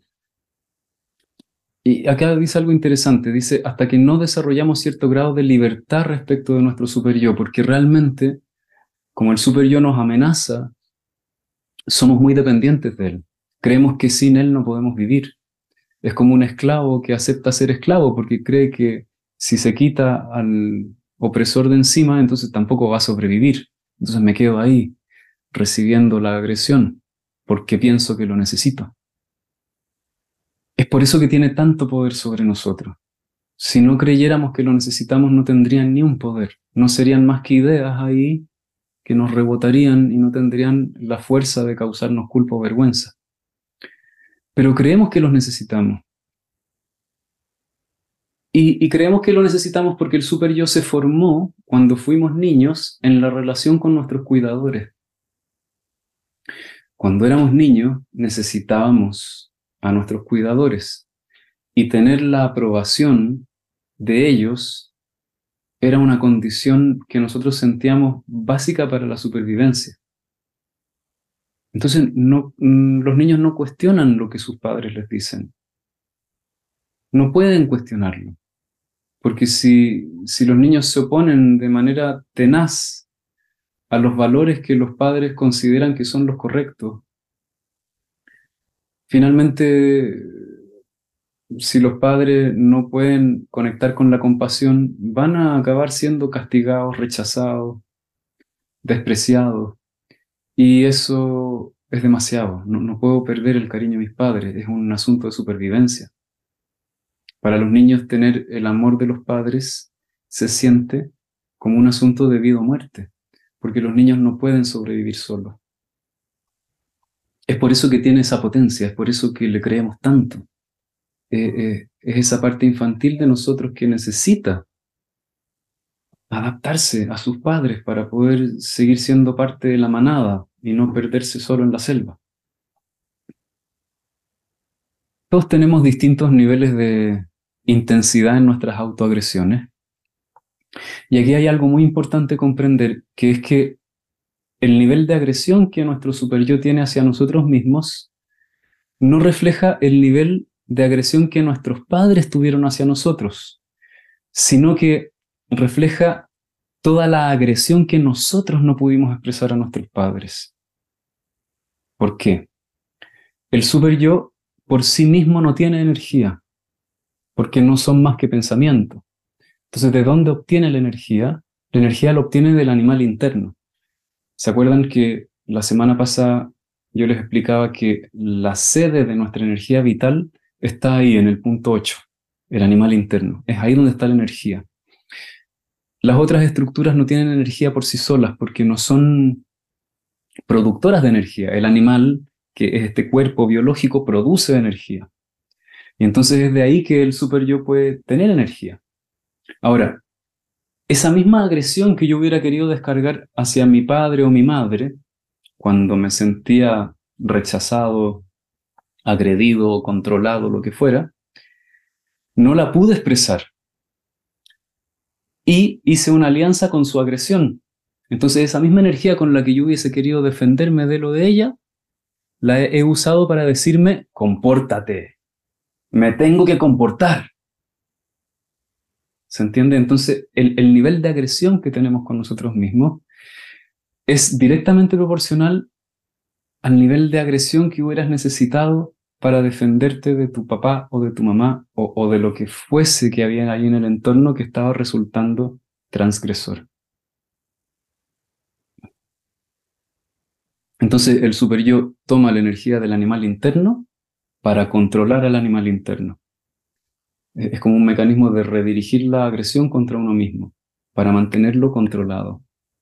Y acá dice algo interesante, dice, hasta que no desarrollamos cierto grado de libertad respecto de nuestro superyo, porque realmente, como el superyo nos amenaza, somos muy dependientes de él. Creemos que sin él no podemos vivir. Es como un esclavo que acepta ser esclavo porque cree que si se quita al opresor de encima, entonces tampoco va a sobrevivir. Entonces me quedo ahí, recibiendo la agresión, porque pienso que lo necesito. Es por eso que tiene tanto poder sobre nosotros. Si no creyéramos que lo necesitamos, no tendrían ni un poder. No serían más que ideas ahí que nos rebotarían y no tendrían la fuerza de causarnos culpa o vergüenza. Pero creemos que los necesitamos. Y, y creemos que lo necesitamos porque el super yo se formó cuando fuimos niños en la relación con nuestros cuidadores. Cuando éramos niños necesitábamos a nuestros cuidadores y tener la aprobación de ellos era una condición que nosotros sentíamos básica para la supervivencia. Entonces no, los niños no cuestionan lo que sus padres les dicen. No pueden cuestionarlo. Porque si, si los niños se oponen de manera tenaz a los valores que los padres consideran que son los correctos, finalmente, si los padres no pueden conectar con la compasión, van a acabar siendo castigados, rechazados, despreciados. Y eso es demasiado. No, no puedo perder el cariño de mis padres. Es un asunto de supervivencia. Para los niños, tener el amor de los padres se siente como un asunto de vida o muerte, porque los niños no pueden sobrevivir solos. Es por eso que tiene esa potencia, es por eso que le creemos tanto. Eh, eh, es esa parte infantil de nosotros que necesita adaptarse a sus padres para poder seguir siendo parte de la manada y no perderse solo en la selva. Todos tenemos distintos niveles de intensidad en nuestras autoagresiones. Y aquí hay algo muy importante comprender, que es que el nivel de agresión que nuestro superyo tiene hacia nosotros mismos no refleja el nivel de agresión que nuestros padres tuvieron hacia nosotros, sino que refleja toda la agresión que nosotros no pudimos expresar a nuestros padres. ¿Por qué? El superyo por sí mismo no tiene energía, porque no son más que pensamiento. Entonces, ¿de dónde obtiene la energía? La energía la obtiene del animal interno. ¿Se acuerdan que la semana pasada yo les explicaba que la sede de nuestra energía vital está ahí en el punto ocho, el animal interno? Es ahí donde está la energía. Las otras estructuras no tienen energía por sí solas porque no son productoras de energía. El animal, que es este cuerpo biológico, produce energía. Y entonces es de ahí que el superyo puede tener energía. Ahora, esa misma agresión que yo hubiera querido descargar hacia mi padre o mi madre, cuando me sentía rechazado, agredido, controlado, lo que fuera, no la pude expresar. Y hice una alianza con su agresión. Entonces esa misma energía con la que yo hubiese querido defenderme de lo de ella, la he, he usado para decirme, compórtate, me tengo que comportar. ¿Se entiende? Entonces el, el nivel de agresión que tenemos con nosotros mismos es directamente proporcional al nivel de agresión que hubieras necesitado para defenderte de tu papá o de tu mamá o, o de lo que fuese que había ahí en el entorno que estaba resultando transgresor. Entonces el superyo toma la energía del animal interno para controlar al animal interno. Es como un mecanismo de redirigir la agresión contra uno mismo, para mantenerlo controlado.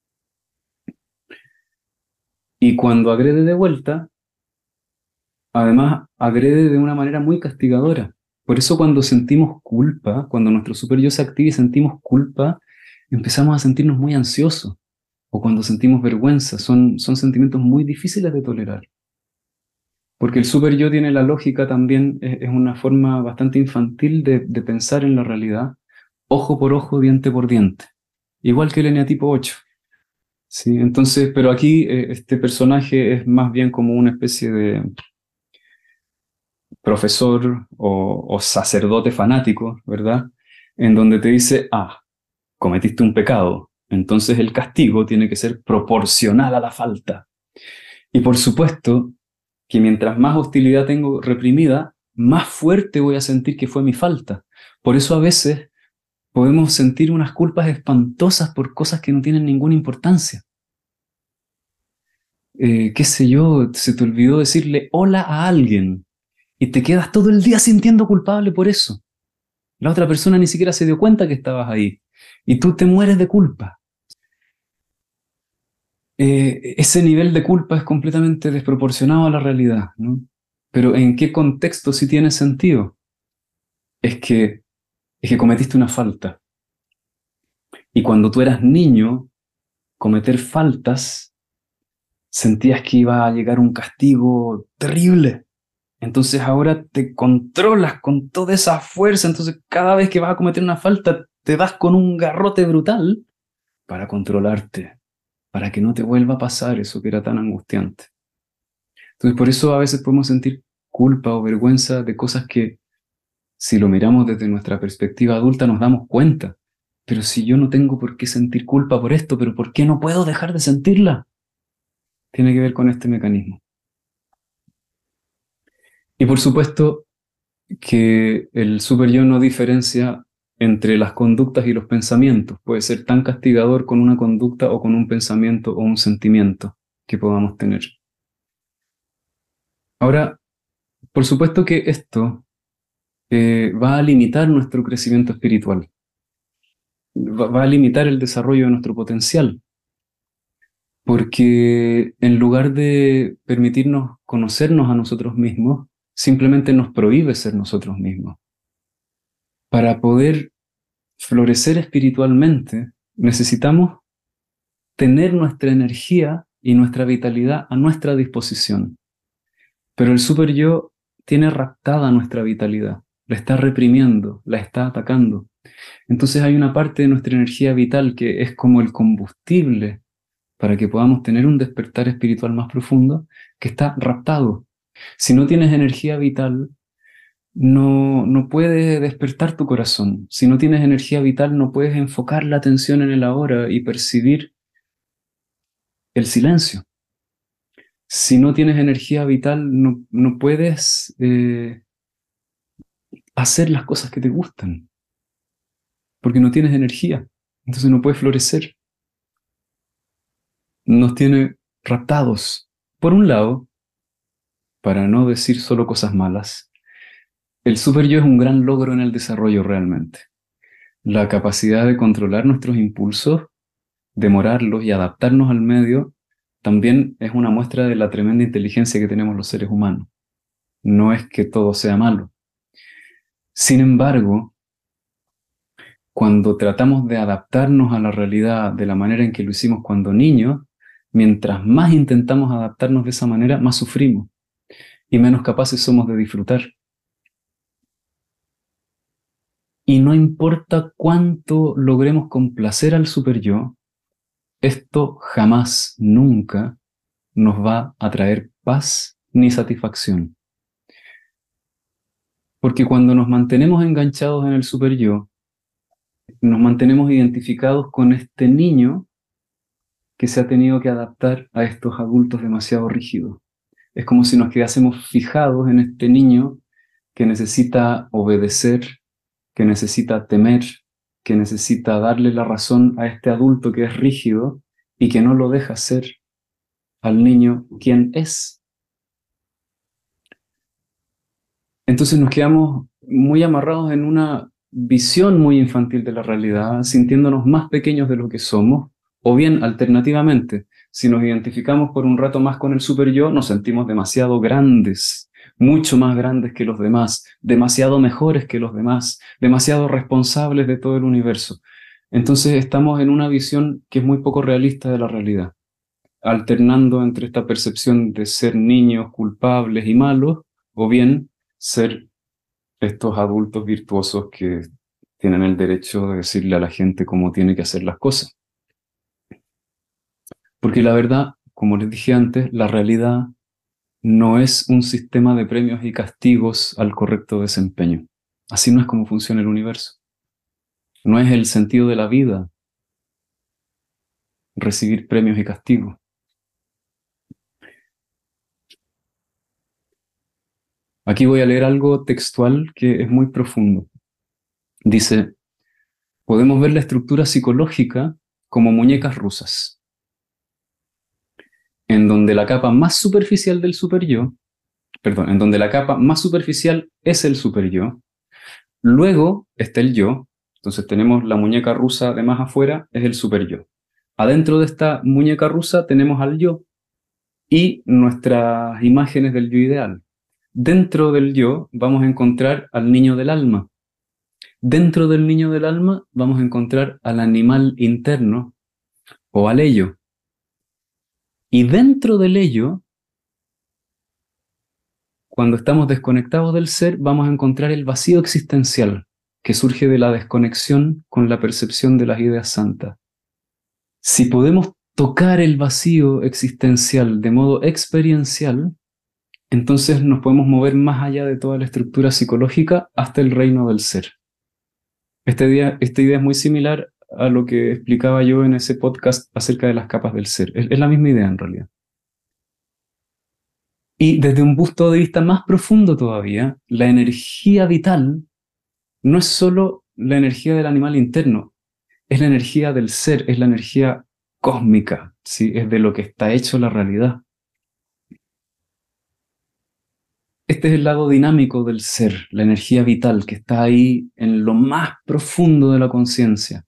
Y cuando agrede de vuelta, además agrede de una manera muy castigadora. Por eso cuando sentimos culpa, cuando nuestro superyo se activa y sentimos culpa, empezamos a sentirnos muy ansiosos. O cuando sentimos vergüenza, son, son sentimientos muy difíciles de tolerar. Porque el superyo tiene la lógica también, es, es una forma bastante infantil de, de pensar en la realidad, ojo por ojo, diente por diente. Igual que el eneatipo ocho. ¿Sí? Entonces, pero aquí eh, este personaje es más bien como una especie de profesor o, o sacerdote fanático, ¿verdad? En donde te dice, ah, cometiste un pecado, entonces el castigo tiene que ser proporcional a la falta. Y por supuesto que mientras más hostilidad tengo reprimida, más fuerte voy a sentir que fue mi falta. Por eso a veces podemos sentir unas culpas espantosas por cosas que no tienen ninguna importancia. Eh, qué sé yo, se te olvidó decirle hola a alguien y te quedas todo el día sintiendo culpable por eso. La otra persona ni siquiera se dio cuenta que estabas ahí y tú te mueres de culpa. Eh, ese nivel de culpa es completamente desproporcionado a la realidad, ¿no? Pero ¿en qué contexto sí tiene sentido? Es que, es que cometiste una falta. Y cuando tú eras niño, cometer faltas, sentías que iba a llegar un castigo terrible. Entonces ahora te controlas con toda esa fuerza. Entonces cada vez que vas a cometer una falta, te das con un garrote brutal para controlarte, para que no te vuelva a pasar eso que era tan angustiante. Entonces por eso a veces podemos sentir culpa o vergüenza de cosas que, si lo miramos desde nuestra perspectiva adulta, nos damos cuenta. Pero si yo no tengo por qué sentir culpa por esto, ¿pero por qué no puedo dejar de sentirla? Tiene que ver con este mecanismo. Y por supuesto que el superyo no diferencia entre las conductas y los pensamientos. Puede ser tan castigador con una conducta o con un pensamiento o un sentimiento que podamos tener. Ahora, por supuesto que esto eh, va a limitar nuestro crecimiento espiritual, va, va a limitar el desarrollo de nuestro potencial, porque en lugar de permitirnos conocernos a nosotros mismos, simplemente nos prohíbe ser nosotros mismos. Para poder florecer espiritualmente, necesitamos tener nuestra energía y nuestra vitalidad a nuestra disposición. Pero el superyo tiene raptada nuestra vitalidad, la está reprimiendo, la está atacando. Entonces hay una parte de nuestra energía vital que es como el combustible para que podamos tener un despertar espiritual más profundo, que está raptado. Si no tienes energía vital, no, no puedes despertar tu corazón. Si no tienes energía vital, no puedes enfocar la atención en el ahora y percibir el silencio. Si no tienes energía vital, no, no puedes eh, hacer las cosas que te gustan, porque no tienes energía. Entonces no puedes florecer. Nos tiene raptados. Por un lado, para no decir solo cosas malas, el superyo es un gran logro en el desarrollo realmente. La capacidad de controlar nuestros impulsos, demorarlos y adaptarnos al medio, también es una muestra de la tremenda inteligencia que tenemos los seres humanos. No es que todo sea malo. Sin embargo, cuando tratamos de adaptarnos a la realidad de la manera en que lo hicimos cuando niños, mientras más intentamos adaptarnos de esa manera, más sufrimos y menos capaces somos de disfrutar. Y no importa cuánto logremos complacer al superyo, esto jamás, nunca nos va a traer paz ni satisfacción. Porque cuando nos mantenemos enganchados en el superyo, nos mantenemos identificados con este niño que se ha tenido que adaptar a estos adultos demasiado rígidos. Es como si nos quedásemos fijados en este niño que necesita obedecer, que necesita temer, que necesita darle la razón a este adulto que es rígido y que no lo deja ser al niño quién es. Entonces nos quedamos muy amarrados en una visión muy infantil de la realidad, sintiéndonos más pequeños de lo que somos, o bien, alternativamente, si nos identificamos por un rato más con el super yo, nos sentimos demasiado grandes, mucho más grandes que los demás, demasiado mejores que los demás, demasiado responsables de todo el universo. Entonces estamos en una visión que es muy poco realista de la realidad, alternando entre esta percepción de ser niños culpables y malos, o bien ser estos adultos virtuosos que tienen el derecho de decirle a la gente cómo tiene que hacer las cosas. Porque la verdad, como les dije antes, la realidad no es un sistema de premios y castigos al correcto desempeño. Así no es como funciona el universo. No es el sentido de la vida recibir premios y castigos. Aquí voy a leer algo textual que es muy profundo. Dice, podemos ver la estructura psicológica como muñecas rusas, en donde la capa más superficial del superyo, perdón, en donde la capa más superficial es el superyo, luego está el yo, entonces tenemos la muñeca rusa de más afuera, es el superyo. Adentro de esta muñeca rusa tenemos al yo y nuestras imágenes del yo ideal. Dentro del yo vamos a encontrar al niño del alma. Dentro del niño del alma vamos a encontrar al animal interno o al ello. Y dentro del ello, cuando estamos desconectados del ser, vamos a encontrar el vacío existencial que surge de la desconexión con la percepción de las ideas santas. Si podemos tocar el vacío existencial de modo experiencial, entonces nos podemos mover más allá de toda la estructura psicológica hasta el reino del ser. Esta idea, esta idea es muy similar a lo que explicaba yo en ese podcast acerca de las capas del ser. Es, es la misma idea en realidad. Y desde un punto de vista más profundo todavía, la energía vital no es solo la energía del animal interno, es la energía del ser, es la energía cósmica, ¿sí? Es de lo que está hecho la realidad. Este es el lado dinámico del ser, la energía vital que está ahí en lo más profundo de la conciencia.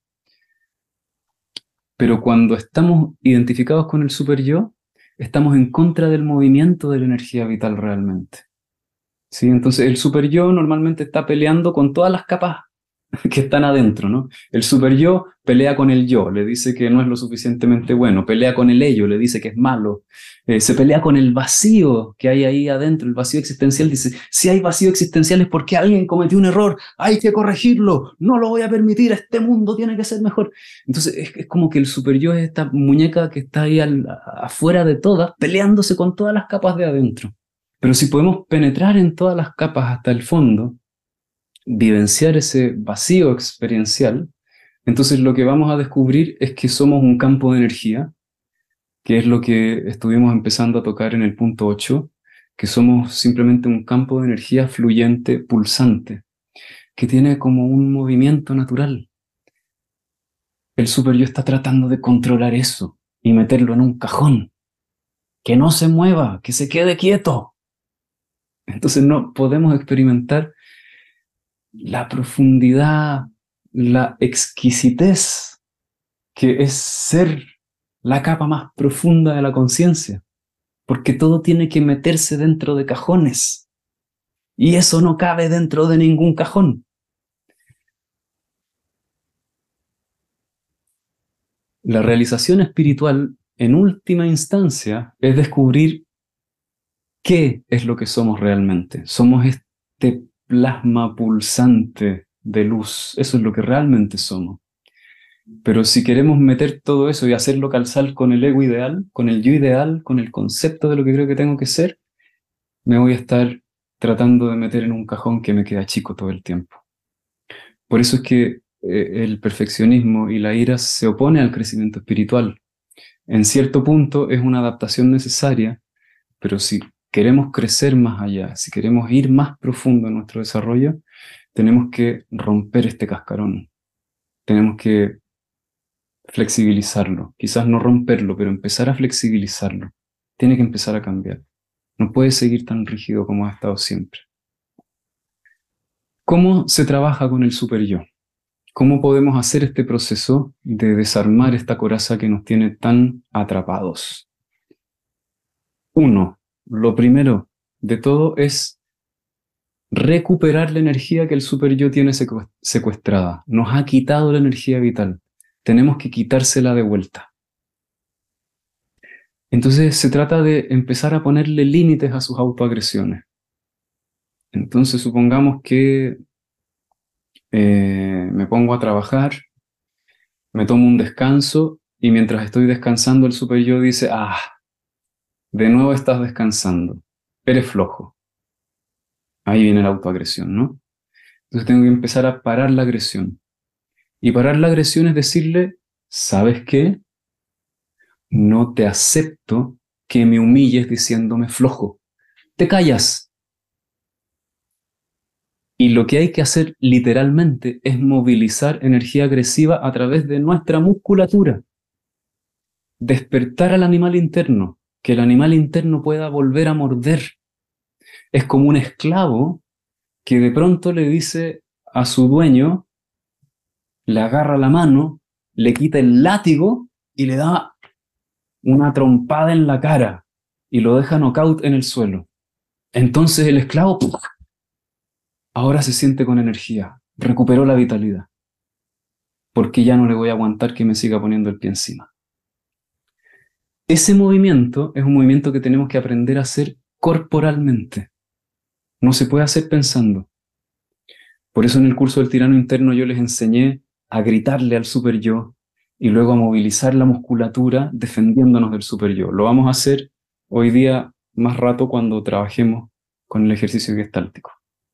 Pero cuando estamos identificados con el super yo, estamos en contra del movimiento de la energía vital realmente. ¿Sí? Entonces el super yo normalmente está peleando con todas las capas que están adentro, ¿no? El super yo pelea con el yo, le dice que no es lo suficientemente bueno, pelea con el ello, le dice que es malo, eh, se pelea con el vacío que hay ahí adentro, el vacío existencial, dice, si hay vacío existencial es porque alguien cometió un error, hay que corregirlo, no lo voy a permitir, este mundo tiene que ser mejor. Entonces es, es como que el super yo es esta muñeca que está ahí al, afuera de todas, peleándose con todas las capas de adentro. Pero si podemos penetrar en todas las capas hasta el fondo, vivenciar ese vacío experiencial, entonces lo que vamos a descubrir es que somos un campo de energía, que es lo que estuvimos empezando a tocar en el punto ocho, que somos simplemente un campo de energía fluyente, pulsante, que tiene como un movimiento natural. El super yo está tratando de controlar eso y meterlo en un cajón, que no se mueva, que se quede quieto. Entonces no podemos experimentar la profundidad, la exquisitez que es ser la capa más profunda de la conciencia, porque todo tiene que meterse dentro de cajones y eso no cabe dentro de ningún cajón. La realización espiritual, en última instancia, es descubrir qué es lo que somos realmente. Somos este plasma pulsante de luz, eso es lo que realmente somos. Pero si queremos meter todo eso y hacerlo calzar con el ego ideal, con el yo ideal, con el concepto de lo que creo que tengo que ser, me voy a estar tratando de meter en un cajón que me queda chico todo el tiempo. Por eso es que eh, el perfeccionismo y la ira se oponen al crecimiento espiritual. En cierto punto es una adaptación necesaria, pero si queremos crecer más allá, si queremos ir más profundo en nuestro desarrollo, tenemos que romper este cascarón. Tenemos que flexibilizarlo, quizás no romperlo, pero empezar a flexibilizarlo. tiene que empezar a cambiar. No puede seguir tan rígido como ha estado siempre. ¿Cómo se trabaja con el superyo? ¿Cómo podemos hacer este proceso de desarmar esta coraza que nos tiene tan atrapados? Uno, lo primero de todo es recuperar la energía que el superyo tiene secuestrada. Nos ha quitado la energía vital. Tenemos que quitársela de vuelta. Entonces se trata de empezar a ponerle límites a sus autoagresiones. Entonces supongamos que eh, me pongo a trabajar, me tomo un descanso y mientras estoy descansando el superyo dice, ah, de nuevo estás descansando, eres flojo. Ahí viene la autoagresión, ¿no? Entonces tengo que empezar a parar la agresión. Y parar la agresión es decirle, ¿sabes qué? No te acepto que me humilles diciéndome flojo. Te callas. Y lo que hay que hacer literalmente es movilizar energía agresiva a través de nuestra musculatura. Despertar al animal interno, que el animal interno pueda volver a morder. Es como un esclavo que de pronto le dice a su dueño, le agarra la mano, le quita el látigo y le da una trompada en la cara y lo deja knockout en el suelo. Entonces el esclavo ¡puf! Ahora se siente con energía, recuperó la vitalidad, porque ya no le voy a aguantar que me siga poniendo el pie encima. Ese movimiento es un movimiento que tenemos que aprender a hacer corporalmente. No se puede hacer pensando. Por eso en el curso del tirano interno yo les enseñé a gritarle al superyo y luego a movilizar la musculatura defendiéndonos del superyo. Lo vamos a hacer hoy día más rato cuando trabajemos con el ejercicio gestáltico.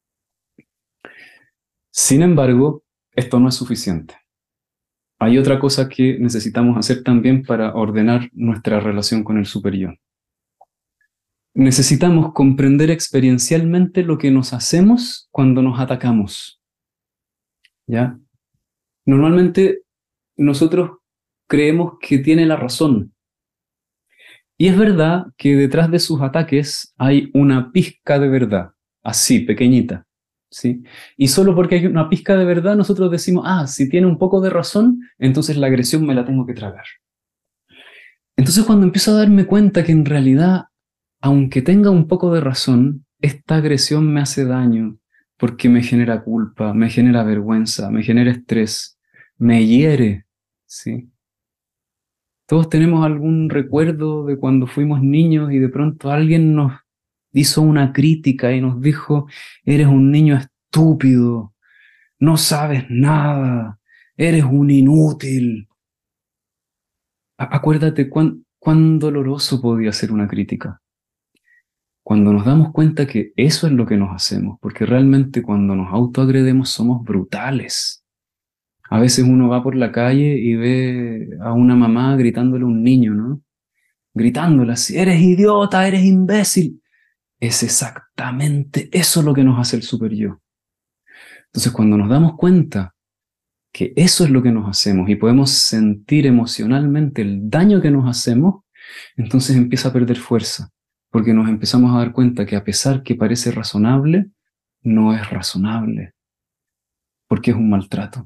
Sin embargo, esto no es suficiente. Hay otra cosa que necesitamos hacer también para ordenar nuestra relación con el superyo. Necesitamos comprender experiencialmente lo que nos hacemos cuando nos atacamos. ¿Ya? Normalmente nosotros creemos que tiene la razón. Y es verdad que detrás de sus ataques hay una pizca de verdad, así, pequeñita. ¿Sí? Y solo porque hay una pizca de verdad nosotros decimos, ah, si tiene un poco de razón, entonces la agresión me la tengo que tragar. Entonces cuando empiezo a darme cuenta que en realidad, aunque tenga un poco de razón, esta agresión me hace daño porque me genera culpa, me genera vergüenza, me genera estrés, me hiere, ¿sí? Todos tenemos algún recuerdo de cuando fuimos niños y de pronto alguien nos hizo una crítica y nos dijo, eres un niño estúpido, no sabes nada, eres un inútil. Acuérdate cuán, cuán doloroso podía ser una crítica. Cuando nos damos cuenta que eso es lo que nos hacemos, porque realmente cuando nos autoagredemos somos brutales. A veces uno va por la calle y ve a una mamá gritándole a un niño, ¿no? Gritándole así, eres idiota, eres imbécil. Es exactamente eso lo que nos hace el superyo. Entonces, cuando nos damos cuenta que eso es lo que nos hacemos y podemos sentir emocionalmente el daño que nos hacemos, entonces empieza a perder fuerza, porque nos empezamos a dar cuenta que a pesar que parece razonable, no es razonable, porque es un maltrato.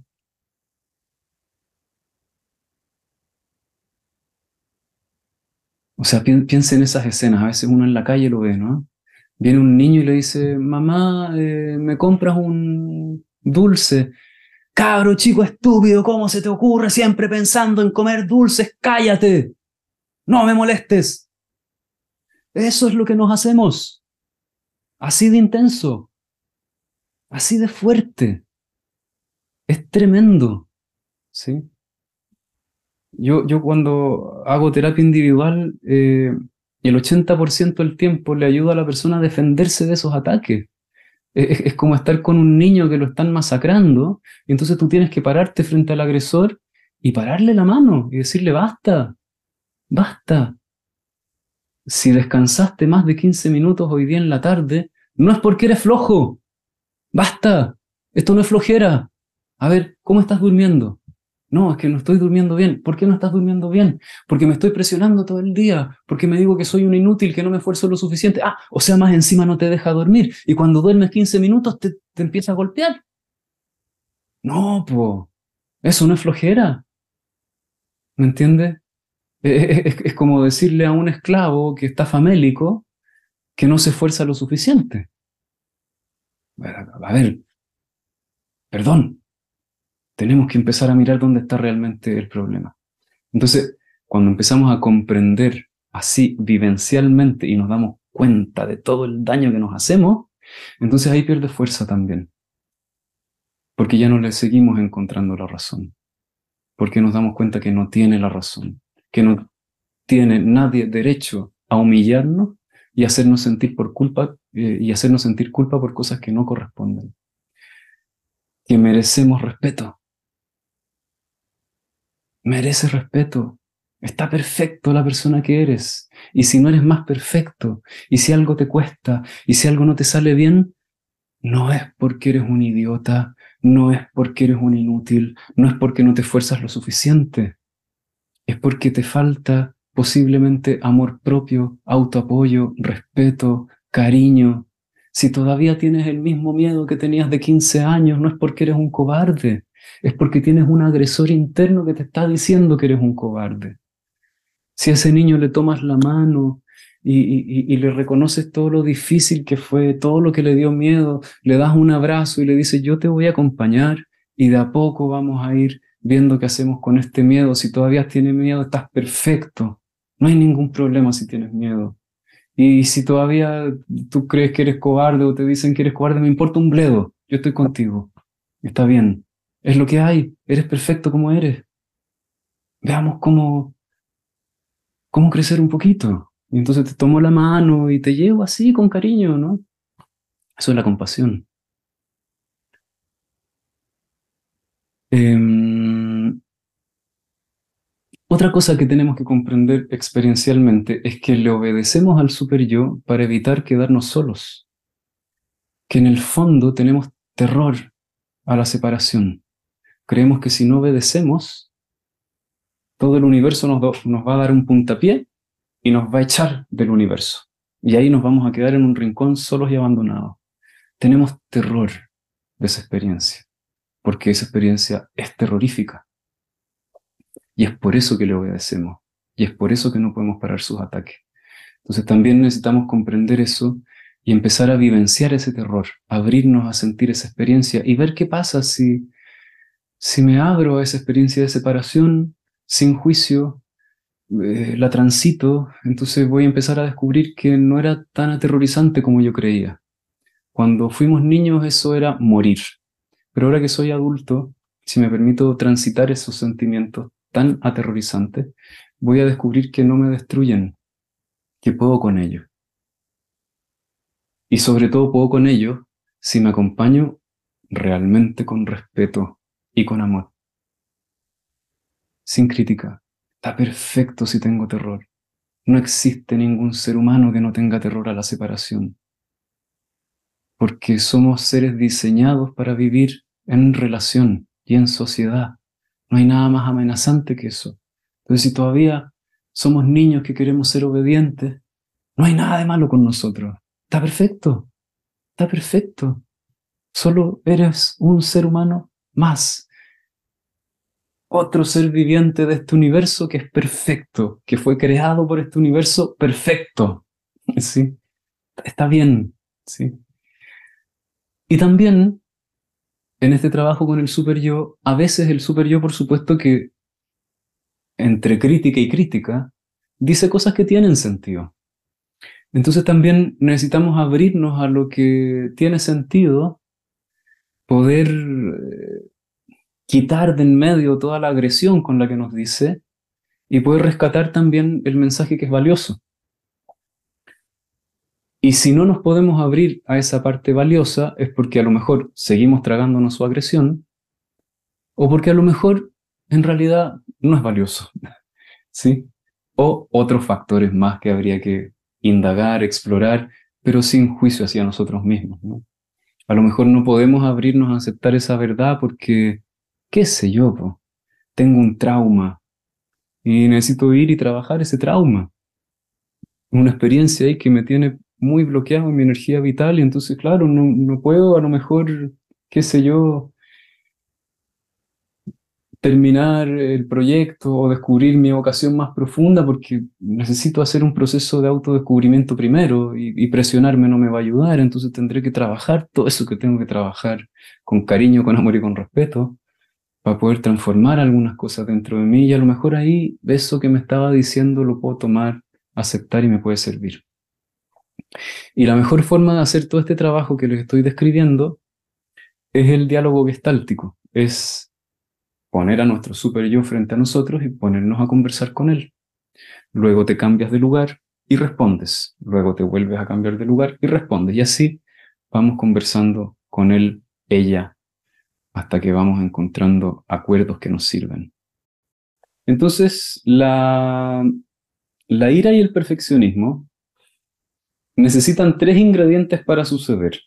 O sea, pi piensa en esas escenas, a veces uno en la calle lo ve, ¿no? Viene un niño y le dice, mamá, eh, ¿me compras un dulce? Cabro chico estúpido, ¿cómo se te ocurre siempre pensando en comer dulces? ¡Cállate! ¡No me molestes! Eso es lo que nos hacemos. Así de intenso. Así de fuerte. Es tremendo. ¿Sí? Yo, yo cuando hago terapia individual, eh, el ochenta por ciento del tiempo le ayuda a la persona a defenderse de esos ataques. Es, es como estar con un niño que lo están masacrando, y entonces tú tienes que pararte frente al agresor y pararle la mano y decirle, basta, basta. Si descansaste más de quince minutos hoy día en la tarde, no es porque eres flojo. Basta, esto no es flojera. A ver, ¿cómo estás durmiendo? No, es que no estoy durmiendo bien. ¿Por qué no estás durmiendo bien? Porque me estoy presionando todo el día, porque me digo que soy un inútil, que no me esfuerzo lo suficiente. Ah, o sea, más encima no te deja dormir. Y cuando duermes quince minutos te, te empieza a golpear. No, po, eso no es flojera. ¿Me entiendes? Es, es- es como decirle a un esclavo que está famélico que no se esfuerza lo suficiente. A ver, perdón, tenemos que empezar a mirar dónde está realmente el problema. Entonces, cuando empezamos a comprender así vivencialmente y nos damos cuenta de todo el daño que nos hacemos, entonces ahí pierde fuerza también, porque ya no le seguimos encontrando la razón, porque nos damos cuenta que no tiene la razón, que no tiene nadie derecho a humillarnos y hacernos sentir por culpa eh, y hacernos sentir culpa por cosas que no corresponden, que merecemos respeto. Mereces respeto. Está perfecto la persona que eres. Y si no eres más perfecto, y si algo te cuesta, y si algo no te sale bien, no es porque eres un idiota, no es porque eres un inútil, no es porque no te esfuerzas lo suficiente. Es porque te falta posiblemente amor propio, autoapoyo, respeto, cariño. Si todavía tienes el mismo miedo que tenías de quince años, no es porque eres un cobarde, es porque tienes un agresor interno que te está diciendo que eres un cobarde. Si a ese niño le tomas la mano y, y- y le reconoces todo lo difícil que fue, todo lo que le dio miedo, le das un abrazo y le dices, yo te voy a acompañar y de a poco vamos a ir viendo qué hacemos con este miedo. Si todavía tienes miedo, estás perfecto. No hay ningún problema si tienes miedo. Y si todavía tú crees que eres cobarde o te dicen que eres cobarde, me importa un bledo. Yo estoy contigo. Está bien. Es lo que hay. Eres perfecto como eres. Veamos cómo cómo crecer un poquito. Y entonces te tomo la mano y te llevo así con cariño, ¿no? Eso es la compasión. Em, Otra cosa que tenemos que comprender experiencialmente es que le obedecemos al super yo para evitar quedarnos solos, que en el fondo tenemos terror a la separación. Creemos que si no obedecemos, todo el universo nos, do- nos va a dar un puntapié y nos va a echar del universo. Y ahí nos vamos a quedar en un rincón solos y abandonados. Tenemos terror de esa experiencia, porque esa experiencia es terrorífica. Y es por eso que le obedecemos. Y es por eso que no podemos parar sus ataques. Entonces también necesitamos comprender eso y empezar a vivenciar ese terror, abrirnos a sentir esa experiencia y ver qué pasa si, si me abro a esa experiencia de separación sin juicio, eh, la transito, entonces voy a empezar a descubrir que no era tan aterrorizante como yo creía. Cuando fuimos niños eso era morir. Pero ahora que soy adulto, si me permito transitar esos sentimientos tan aterrorizantes, voy a descubrir que no me destruyen, que puedo con ellos. Y sobre todo puedo con ellos si me acompaño realmente con respeto y con amor, sin crítica. Está perfecto si tengo terror. No existe ningún ser humano que no tenga terror a la separación, porque somos seres diseñados para vivir en relación y en sociedad. No hay nada más amenazante que eso. Entonces, si todavía somos niños que queremos ser obedientes, no hay nada de malo con nosotros. Está perfecto, está perfecto. Solo eres un ser humano más, otro ser viviente de este universo que es perfecto, que fue creado por este universo perfecto. ¿Sí? Está bien, ¿sí? Y también en este trabajo con el super yo, a veces el super yo, por supuesto que entre crítica y crítica, dice cosas que tienen sentido. Entonces también necesitamos abrirnos a lo que tiene sentido, poder eh, quitar de en medio toda la agresión con la que nos dice y poder rescatar también el mensaje que es valioso. Y si no nos podemos abrir a esa parte valiosa es porque a lo mejor seguimos tragándonos su agresión o porque a lo mejor en realidad no es valioso, ¿sí? O otros factores más que habría que indagar, explorar, pero sin juicio hacia nosotros mismos, ¿no? A lo mejor no podemos abrirnos a aceptar esa verdad porque, qué sé yo, po, tengo un trauma y necesito ir y trabajar ese trauma. Una experiencia ahí que me tiene muy bloqueado en mi energía vital y entonces, claro, no, no puedo a lo mejor, qué sé yo, terminar el proyecto o descubrir mi vocación más profunda porque necesito hacer un proceso de autodescubrimiento primero y, y presionarme no me va a ayudar, entonces tendré que trabajar todo eso que tengo que trabajar con cariño, con amor y con respeto para poder transformar algunas cosas dentro de mí y a lo mejor ahí eso que me estaba diciendo lo puedo tomar, aceptar y me puede servir. Y la mejor forma de hacer todo este trabajo que les estoy describiendo es el diálogo gestáltico, es poner a nuestro super yo frente a nosotros y ponernos a conversar con él. Luego te cambias de lugar y respondes. Luego te vuelves a cambiar de lugar y respondes. Y así vamos conversando con él, ella, hasta que vamos encontrando acuerdos que nos sirven. Entonces, la, la ira y el perfeccionismo necesitan tres ingredientes para suceder.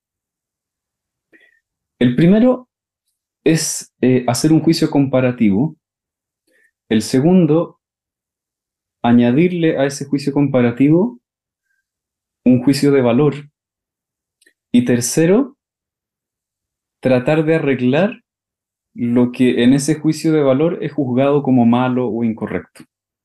El primero es eh, hacer un juicio comparativo. El segundo, añadirle a ese juicio comparativo un juicio de valor. Y tercero, tratar de arreglar lo que en ese juicio de valor es juzgado como malo o incorrecto.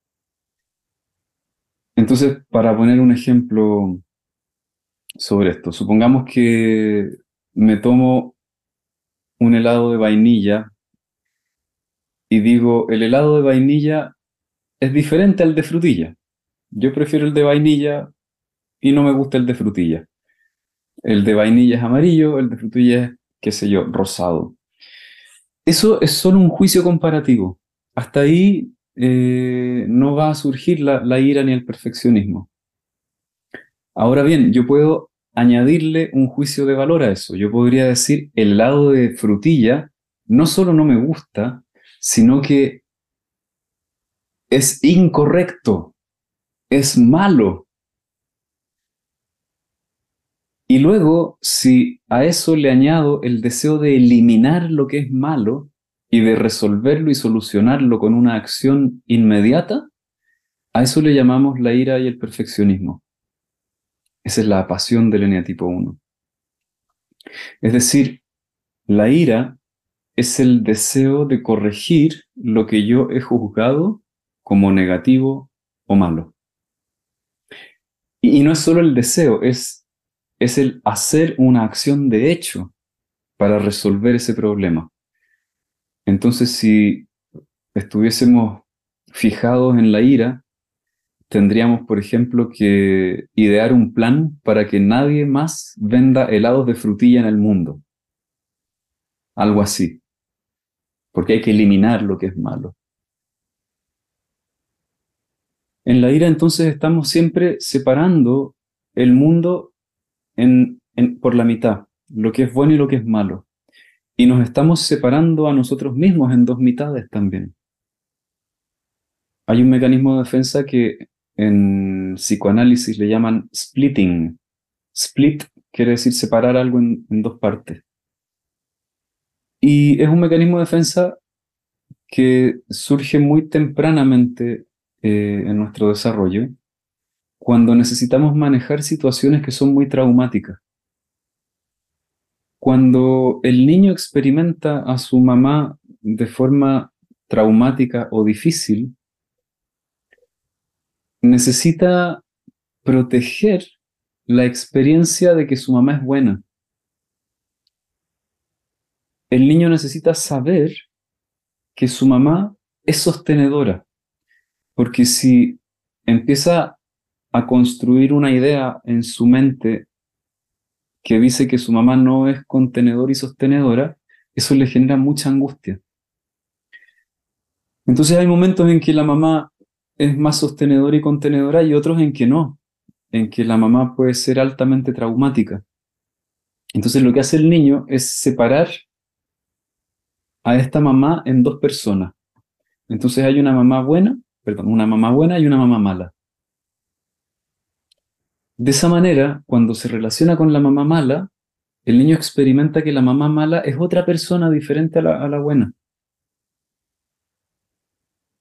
Entonces, para poner un ejemplo sobre esto, supongamos que me tomo un helado de vainilla y digo, el helado de vainilla es diferente al de frutilla. Yo prefiero el de vainilla y no me gusta el de frutilla. El de vainilla es amarillo, el de frutilla es, qué sé yo, rosado. Eso es solo un juicio comparativo. Hasta ahí eh, no va a surgir la, la ira ni el perfeccionismo. Ahora bien, yo puedo añadirle un juicio de valor a eso. Yo podría decir, el helado de frutilla no solo no me gusta, sino que es incorrecto, es malo. Y luego, si a eso le añado el deseo de eliminar lo que es malo y de resolverlo y solucionarlo con una acción inmediata, a eso le llamamos la ira y el perfeccionismo. Esa es la pasión del eneatipo uno. Es decir, la ira es el deseo de corregir lo que yo he juzgado como negativo o malo. Y, y no es solo el deseo, es, es el hacer una acción de hecho para resolver ese problema. Entonces, si estuviésemos fijados en la ira, tendríamos, por ejemplo, que idear un plan para que nadie más venda helados de frutilla en el mundo. Algo así. Porque hay que eliminar lo que es malo. En la ira, entonces, estamos siempre separando el mundo en, en, por la mitad, lo que es bueno y lo que es malo. Y nos estamos separando a nosotros mismos en dos mitades también. Hay un mecanismo de defensa que en psicoanálisis le llaman splitting. Split quiere decir separar algo en, en dos partes. Y es un mecanismo de defensa que surge muy tempranamente eh, en nuestro desarrollo, cuando necesitamos manejar situaciones que son muy traumáticas. Cuando el niño experimenta a su mamá de forma traumática o difícil, necesita proteger la experiencia de que su mamá es buena. El niño necesita saber que su mamá es sostenedora, porque si empieza a construir una idea en su mente que dice que su mamá no es contenedor y sostenedora, eso le genera mucha angustia. Entonces hay momentos en que la mamá es más sostenedora y contenedora y otros en que no, en que la mamá puede ser altamente traumática. Entonces lo que hace el niño es separar a esta mamá en dos personas. Entonces hay una mamá buena, perdón, una mamá buena y una mamá mala. De esa manera, cuando se relaciona con la mamá mala, el niño experimenta que la mamá mala es otra persona diferente a la, a la buena.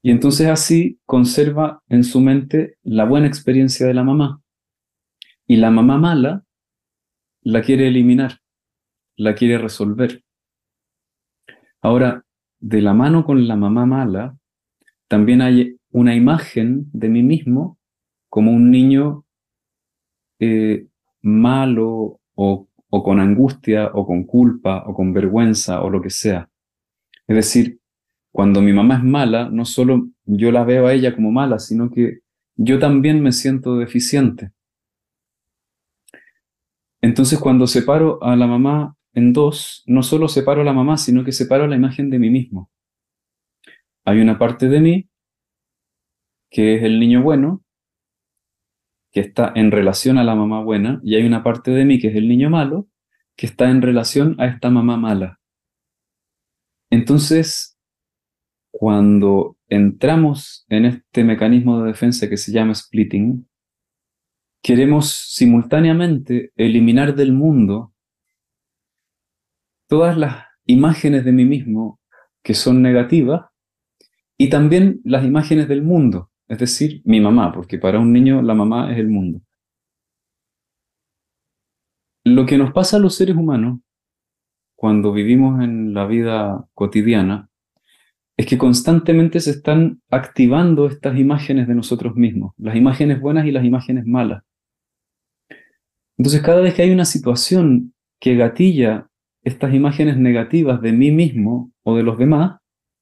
Y entonces así conserva en su mente la buena experiencia de la mamá. Y la mamá mala la quiere eliminar, la quiere resolver. Ahora, de la mano con la mamá mala, también hay una imagen de mí mismo como un niño eh, malo o, o con angustia o con culpa o con vergüenza o lo que sea. Es decir, cuando mi mamá es mala, no solo yo la veo a ella como mala, sino que yo también me siento deficiente. Entonces, cuando separo a la mamá en dos, no solo separo a la mamá, sino que separo la imagen de mí mismo. Hay una parte de mí que es el niño bueno, que está en relación a la mamá buena, y hay una parte de mí que es el niño malo, que está en relación a esta mamá mala. Entonces, cuando entramos en este mecanismo de defensa que se llama splitting, queremos simultáneamente eliminar del mundo todas las imágenes de mí mismo que son negativas y también las imágenes del mundo, es decir, mi mamá, porque para un niño la mamá es el mundo. Lo que nos pasa a los seres humanos cuando vivimos en la vida cotidiana es que constantemente se están activando estas imágenes de nosotros mismos, las imágenes buenas y las imágenes malas. Entonces, cada vez que hay una situación que gatilla estas imágenes negativas de mí mismo o de los demás,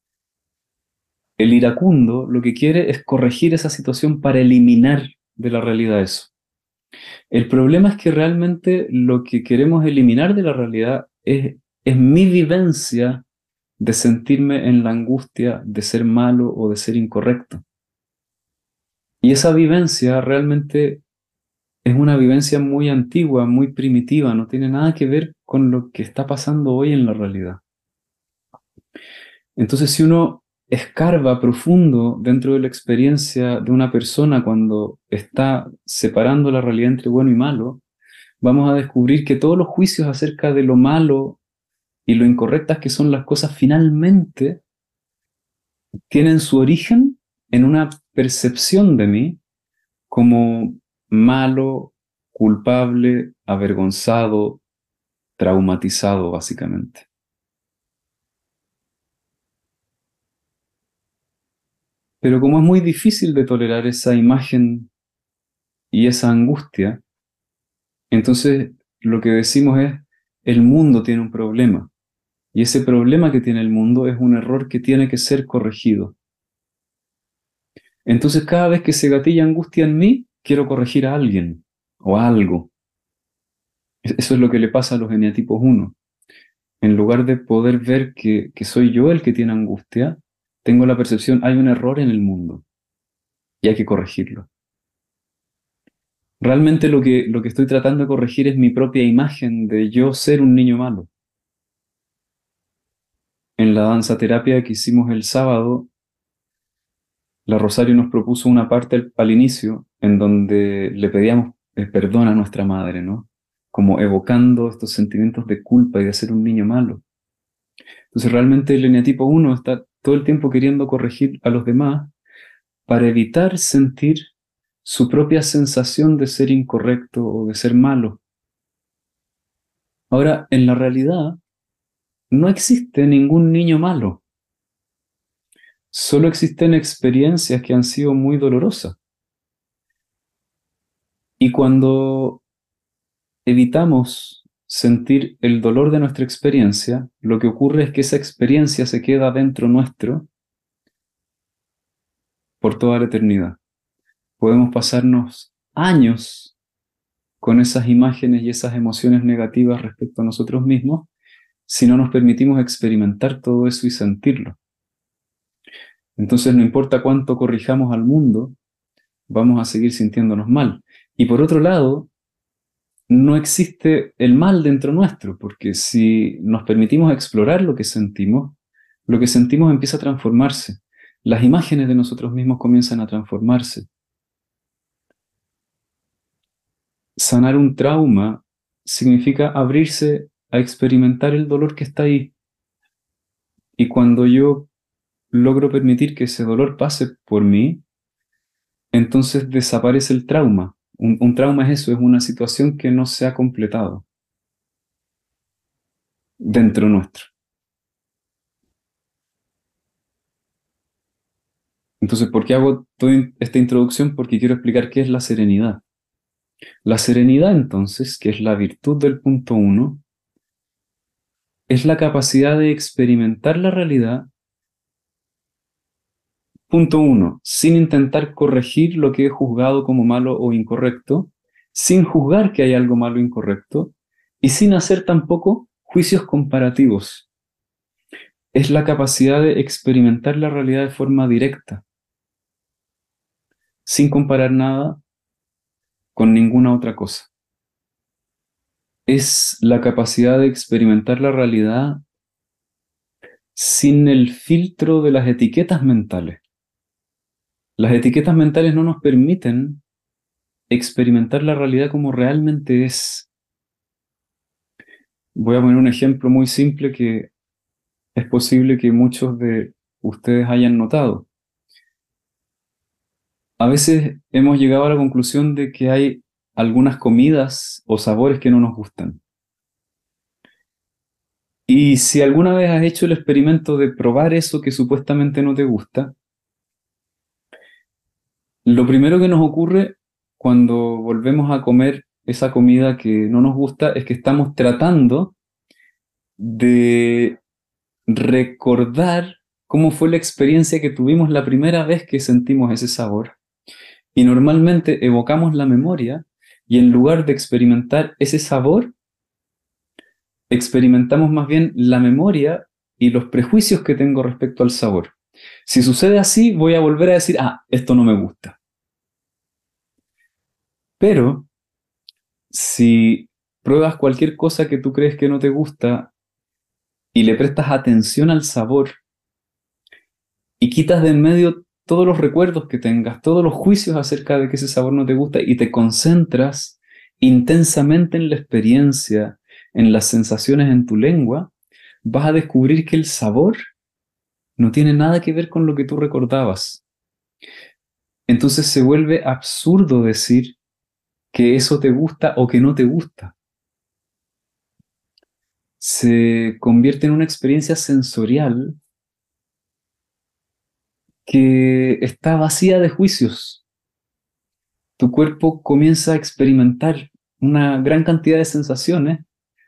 el iracundo lo que quiere es corregir esa situación para eliminar de la realidad eso. El problema es que realmente lo que queremos eliminar de la realidad es, es mi vivencia de sentirme en la angustia de ser malo o de ser incorrecto. Y esa vivencia realmente es una vivencia muy antigua, muy primitiva, no tiene nada que ver con lo que está pasando hoy en la realidad. Entonces, si uno escarba profundo dentro de la experiencia de una persona cuando está separando la realidad entre bueno y malo, vamos a descubrir que todos los juicios acerca de lo malo y lo incorrectas que son las cosas finalmente tienen su origen en una percepción de mí como malo, culpable, avergonzado, traumatizado, básicamente. Pero como es muy difícil de tolerar esa imagen y esa angustia, entonces lo que decimos es, el mundo tiene un problema. Y ese problema que tiene el mundo es un error que tiene que ser corregido. Entonces cada vez que se gatilla angustia en mí, quiero corregir a alguien o a algo. Eso es lo que le pasa a los eneatipos uno. En lugar de poder ver que, que soy yo el que tiene angustia, tengo la percepción, hay un error en el mundo y hay que corregirlo. Realmente lo que, lo que estoy tratando de corregir es mi propia imagen de yo ser un niño malo. En la danza terapia que hicimos el sábado, la Rosario nos propuso una parte al, al inicio en donde le pedíamos eh, perdón a nuestra madre, ¿no? Como evocando estos sentimientos de culpa y de ser un niño malo. Entonces realmente el eneatipo uno está todo el tiempo queriendo corregir a los demás para evitar sentir su propia sensación de ser incorrecto o de ser malo. Ahora, en la realidad, no existe ningún niño malo. Solo existen experiencias que han sido muy dolorosas. Y cuando evitamos sentir el dolor de nuestra experiencia, lo que ocurre es que esa experiencia se queda dentro nuestro por toda la eternidad. Podemos pasarnos años con esas imágenes y esas emociones negativas respecto a nosotros mismos si no nos permitimos experimentar todo eso y sentirlo. Entonces, no importa cuánto corrijamos al mundo, vamos a seguir sintiéndonos mal. Y por otro lado, no existe el mal dentro nuestro, porque si nos permitimos explorar lo que sentimos, lo que sentimos empieza a transformarse. Las imágenes de nosotros mismos comienzan a transformarse. Sanar un trauma significa abrirse a experimentar el dolor que está ahí. Y cuando yo logro permitir que ese dolor pase por mí, entonces desaparece el trauma. Un, un trauma es eso, es una situación que no se ha completado dentro nuestro. Entonces, ¿por qué hago toda esta introducción? Porque quiero explicar qué es la serenidad. La serenidad, entonces, que es la virtud del punto uno, es la capacidad de experimentar la realidad, punto uno, sin intentar corregir lo que he juzgado como malo o incorrecto, sin juzgar que hay algo malo o incorrecto, y sin hacer tampoco juicios comparativos. Es la capacidad de experimentar la realidad de forma directa, sin comparar nada con ninguna otra cosa. Es la capacidad de experimentar la realidad sin el filtro de las etiquetas mentales. Las etiquetas mentales no nos permiten experimentar la realidad como realmente es. Voy a poner un ejemplo muy simple que es posible que muchos de ustedes hayan notado. A veces hemos llegado a la conclusión de que hay algunas comidas o sabores que no nos gustan. Y si alguna vez has hecho el experimento de probar eso que supuestamente no te gusta, lo primero que nos ocurre cuando volvemos a comer esa comida que no nos gusta es que estamos tratando de recordar cómo fue la experiencia que tuvimos la primera vez que sentimos ese sabor. Y normalmente evocamos la memoria y en lugar de experimentar ese sabor, experimentamos más bien la memoria y los prejuicios que tengo respecto al sabor. Si sucede así, voy a volver a decir, ah, esto no me gusta. Pero si pruebas cualquier cosa que tú crees que no te gusta y le prestas atención al sabor y quitas de en medio todos los recuerdos que tengas, todos los juicios acerca de que ese sabor no te gusta y te concentras intensamente en la experiencia, en las sensaciones en tu lengua, vas a descubrir que el sabor no tiene nada que ver con lo que tú recordabas. Entonces se vuelve absurdo decir que eso te gusta o que no te gusta. Se convierte en una experiencia sensorial que está vacía de juicios. Tu cuerpo comienza a experimentar una gran cantidad de sensaciones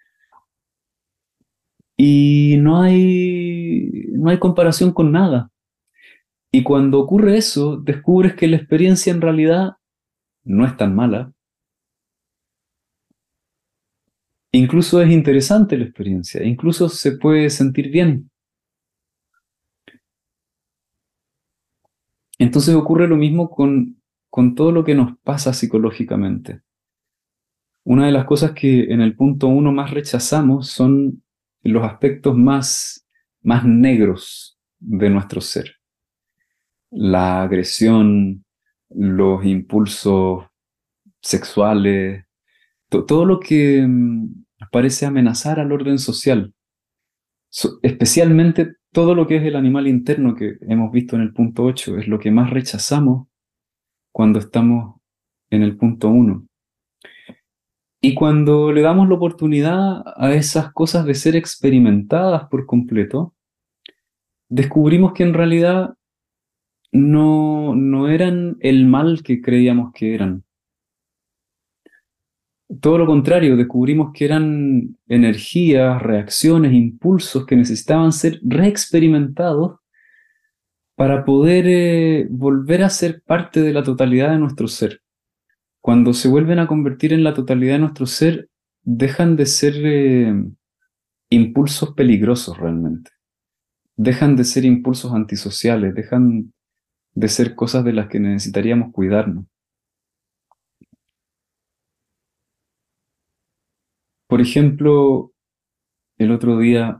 y no hay, no hay comparación con nada. Y cuando ocurre eso, descubres que la experiencia en realidad no es tan mala. Incluso es interesante la experiencia, incluso se puede sentir bien. Entonces ocurre lo mismo con, con todo lo que nos pasa psicológicamente. Una de las cosas que en el punto uno más rechazamos son los aspectos más, más negros de nuestro ser. La agresión, los impulsos sexuales, to- todo lo que mm, parece amenazar al orden social. So- especialmente todo lo que es el animal interno que hemos visto en el punto ocho, es lo que más rechazamos cuando estamos en el punto uno. Y cuando le damos la oportunidad a esas cosas de ser experimentadas por completo, descubrimos que en realidad no, no eran el mal que creíamos que eran. Todo lo contrario, descubrimos que eran energías, reacciones, impulsos que necesitaban ser reexperimentados para poder eh, volver a ser parte de la totalidad de nuestro ser. Cuando se vuelven a convertir en la totalidad de nuestro ser, dejan de ser eh, impulsos peligrosos realmente. Dejan de ser impulsos antisociales, dejan de ser cosas de las que necesitaríamos cuidarnos. Por ejemplo, el otro día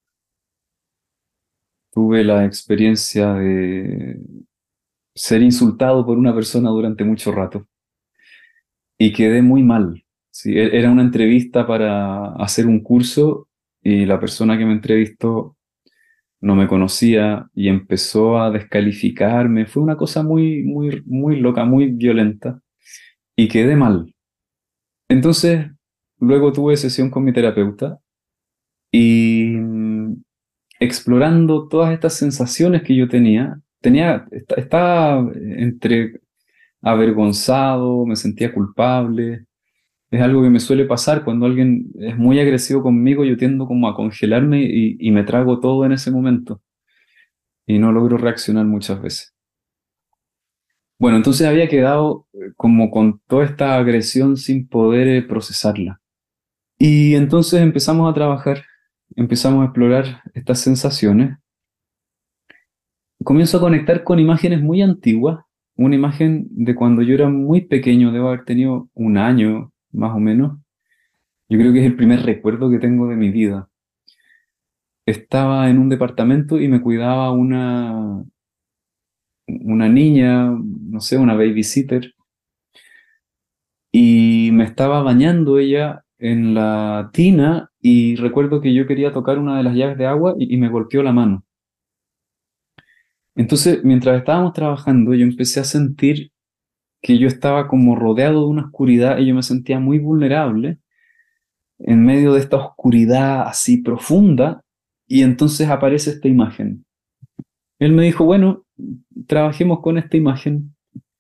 tuve la experiencia de ser insultado por una persona durante mucho rato y quedé muy mal. Sí, e- era una entrevista para hacer un curso y la persona que me entrevistó no me conocía y empezó a descalificarme. Fue una cosa muy, muy, muy loca, muy violenta y quedé mal. Entonces, luego tuve sesión con mi terapeuta y mm, explorando todas estas sensaciones que yo tenía, tenía, est- estaba entre avergonzado, me sentía culpable. Es algo que me suele pasar cuando alguien es muy agresivo conmigo, yo tiendo como a congelarme y, y me trago todo en ese momento y no logro reaccionar muchas veces. Bueno, entonces había quedado eh, como con toda esta agresión sin poder eh, procesarla. Y entonces empezamos a trabajar, empezamos a explorar estas sensaciones. Comienzo a conectar con imágenes muy antiguas, una imagen de cuando yo era muy pequeño, debo haber tenido un año más o menos. Yo creo que es el primer recuerdo que tengo de mi vida. Estaba en un departamento y me cuidaba una, una niña, no sé, una babysitter, y me estaba bañando ella en la tina y recuerdo que yo quería tocar una de las llaves de agua y, y me golpeó la mano. Entonces, mientras estábamos trabajando, yo empecé a sentir que yo estaba como rodeado de una oscuridad y yo me sentía muy vulnerable en medio de esta oscuridad así profunda, y entonces aparece esta imagen. Él me dijo, bueno, trabajemos con esta imagen.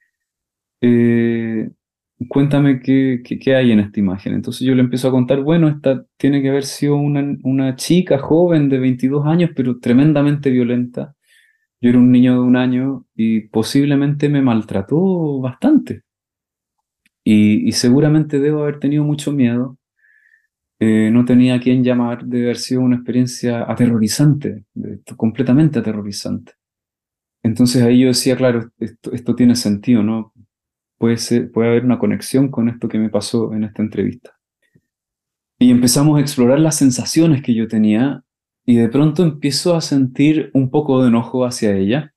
Eh, Cuéntame qué, qué, qué hay en esta imagen. Entonces yo le empiezo a contar, bueno, esta tiene que haber sido una, una chica joven de veintidós años, pero tremendamente violenta. Yo era un niño de un año y posiblemente me maltrató bastante. Y, y seguramente debo haber tenido mucho miedo. Eh, no tenía a quién llamar, debe haber sido una experiencia aterrorizante, de- completamente aterrorizante. Entonces ahí yo decía, claro, esto, esto tiene sentido, ¿no? Puede ser, puede haber una conexión con esto que me pasó en esta entrevista. Y empezamos a explorar las sensaciones que yo tenía y de pronto empiezo a sentir un poco de enojo hacia ella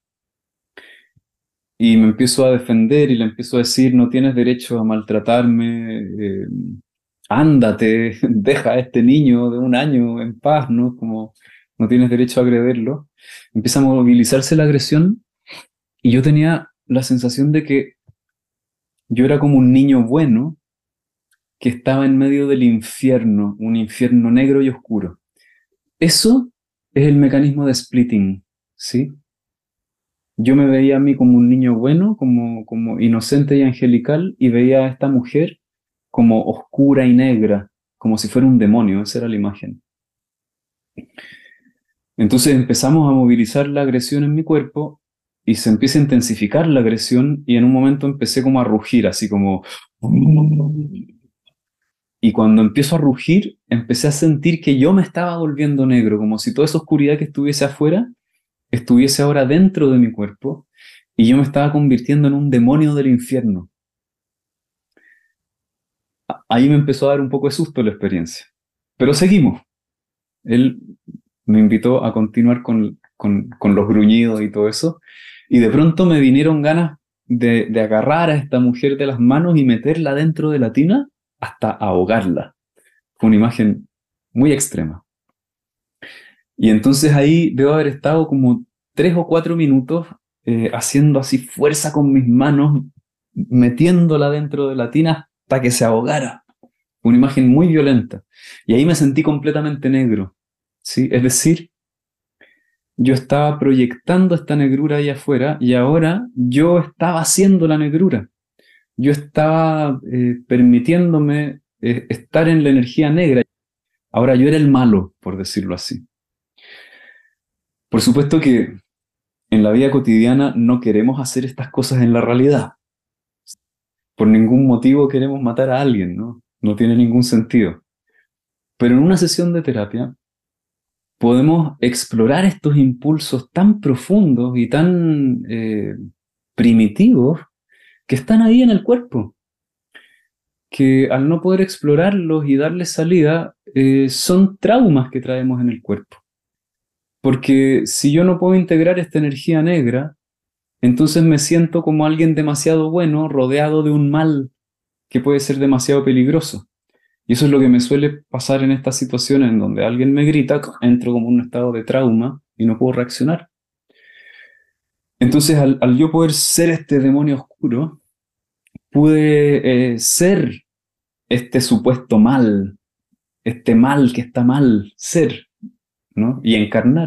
y me empiezo a defender y le empiezo a decir, no tienes derecho a maltratarme, eh, ándate, deja a este niño de un año en paz, ¿no? Como no tienes derecho a agredirlo. Empieza a movilizarse la agresión y yo tenía la sensación de que yo era como un niño bueno que estaba en medio del infierno, un infierno negro y oscuro. Eso es el mecanismo de splitting, ¿sí? Yo me veía a mí como un niño bueno, como, como inocente y angelical, y veía a esta mujer como oscura y negra, como si fuera un demonio, esa era la imagen. Entonces empezamos a movilizar la agresión en mi cuerpo y se empieza a intensificar la agresión y en un momento empecé como a rugir, así como... Y cuando empiezo a rugir, empecé a sentir que yo me estaba volviendo negro, como si toda esa oscuridad que estuviese afuera estuviese ahora dentro de mi cuerpo y yo me estaba convirtiendo en un demonio del infierno. Ahí me empezó a dar un poco de susto la experiencia. Pero seguimos. Él me invitó a continuar con, con, con los gruñidos y todo eso. Y de pronto me vinieron ganas de, de agarrar a esta mujer de las manos y meterla dentro de la tina hasta ahogarla. Fue una imagen muy extrema. Y entonces ahí debo haber estado como tres o cuatro minutos eh, haciendo así fuerza con mis manos, metiéndola dentro de la tina hasta que se ahogara. Una imagen muy violenta. Y ahí me sentí completamente negro, ¿sí? Es decir, yo estaba proyectando esta negrura ahí afuera y ahora yo estaba haciendo la negrura. Yo estaba eh, permitiéndome eh, estar en la energía negra. Ahora yo era el malo, por decirlo así. Por supuesto que en la vida cotidiana no queremos hacer estas cosas en la realidad. Por ningún motivo queremos matar a alguien, ¿no? No tiene ningún sentido. Pero en una sesión de terapia podemos explorar estos impulsos tan profundos y tan eh, primitivos que están ahí en el cuerpo, que al no poder explorarlos y darles salida, eh, son traumas que traemos en el cuerpo. Porque si yo no puedo integrar esta energía negra, entonces me siento como alguien demasiado bueno rodeado de un mal que puede ser demasiado peligroso. Y eso es lo que me suele pasar en estas situaciones en donde alguien me grita, entro como en un estado de trauma y no puedo reaccionar. Entonces, al, al yo poder ser este demonio oscuro, pude eh, ser este supuesto mal, este mal que está mal, ser, ¿no? Y encarnar.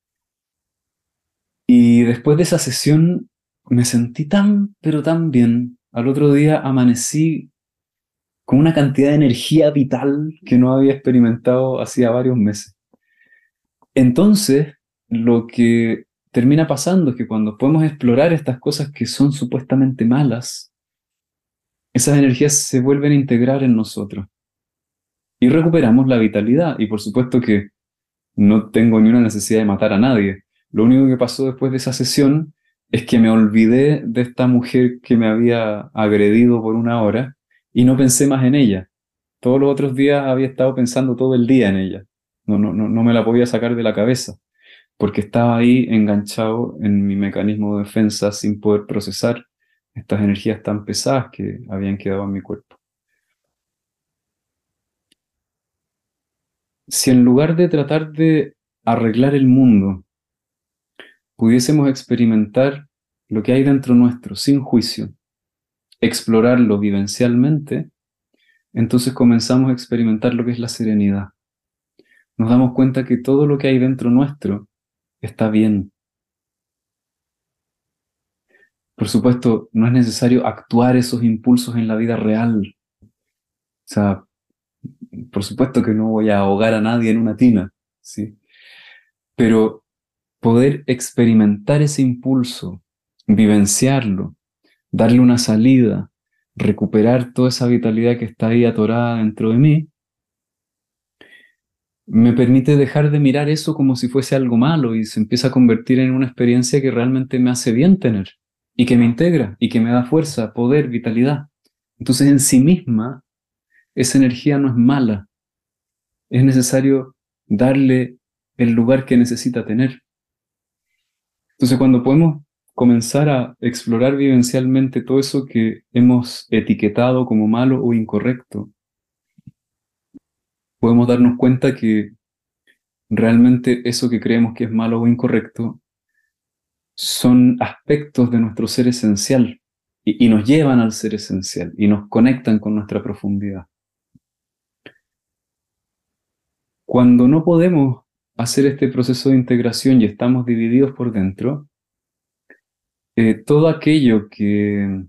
Y después de esa sesión me sentí tan, pero tan bien. Al otro día amanecí con una cantidad de energía vital que no había experimentado hacía varios meses. Entonces, lo que termina pasando es que cuando podemos explorar estas cosas que son supuestamente malas, esas energías se vuelven a integrar en nosotros y recuperamos la vitalidad. Y por supuesto que no tengo ni una necesidad de matar a nadie. Lo único que pasó después de esa sesión es que me olvidé de esta mujer que me había agredido por una hora y no pensé más en ella. Todos los otros días había estado pensando todo el día en ella. No, no, no, no me la podía sacar de la cabeza porque estaba ahí enganchado en mi mecanismo de defensa sin poder procesar estas energías tan pesadas que habían quedado en mi cuerpo. Si en lugar de tratar de arreglar el mundo, pudiésemos experimentar lo que hay dentro nuestro sin juicio, explorarlo vivencialmente, entonces comenzamos a experimentar lo que es la serenidad. Nos damos cuenta que todo lo que hay dentro nuestro está bien. Por supuesto, no es necesario actuar esos impulsos en la vida real. O sea, por supuesto que no voy a ahogar a nadie en una tina, ¿sí? Pero poder experimentar ese impulso, vivenciarlo, darle una salida, recuperar toda esa vitalidad que está ahí atorada dentro de mí, me permite dejar de mirar eso como si fuese algo malo y se empieza a convertir en una experiencia que realmente me hace bien tener y que me integra y que me da fuerza, poder, vitalidad. Entonces en sí misma esa energía no es mala, es necesario darle el lugar que necesita tener. Entonces cuando podemos comenzar a explorar vivencialmente todo eso que hemos etiquetado como malo o incorrecto, podemos darnos cuenta que realmente eso que creemos que es malo o incorrecto son aspectos de nuestro ser esencial y, y nos llevan al ser esencial y nos conectan con nuestra profundidad. Cuando no podemos hacer este proceso de integración y estamos divididos por dentro, eh, todo aquello que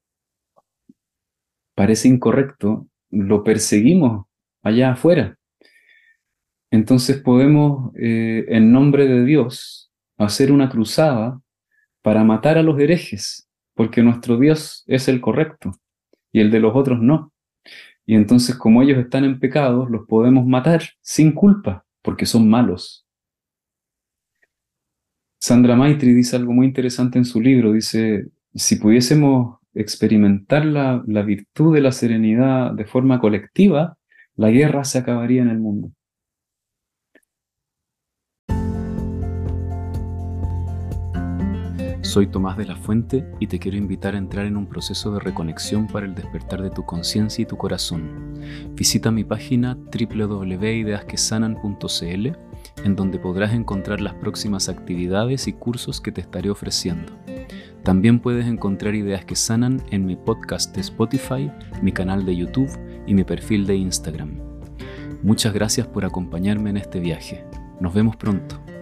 parece incorrecto lo perseguimos allá afuera. Entonces podemos, eh, en nombre de Dios, hacer una cruzada para matar a los herejes, porque nuestro Dios es el correcto y el de los otros no. Y entonces, como ellos están en pecados, los podemos matar sin culpa, porque son malos. Sandra Maitri dice algo muy interesante en su libro. Dice, si pudiésemos experimentar la, la virtud de la serenidad de forma colectiva, la guerra se acabaría en el mundo. Soy Tomás de la Fuente y te quiero invitar a entrar en un proceso de reconexión para el despertar de tu conciencia y tu corazón. Visita mi página doble u doble u doble u punto ideas que sanan punto c l, en donde podrás encontrar las próximas actividades y cursos que te estaré ofreciendo. También puedes encontrar Ideas que Sanan en mi podcast de Spotify, mi canal de YouTube y mi perfil de Instagram. Muchas gracias por acompañarme en este viaje. Nos vemos pronto.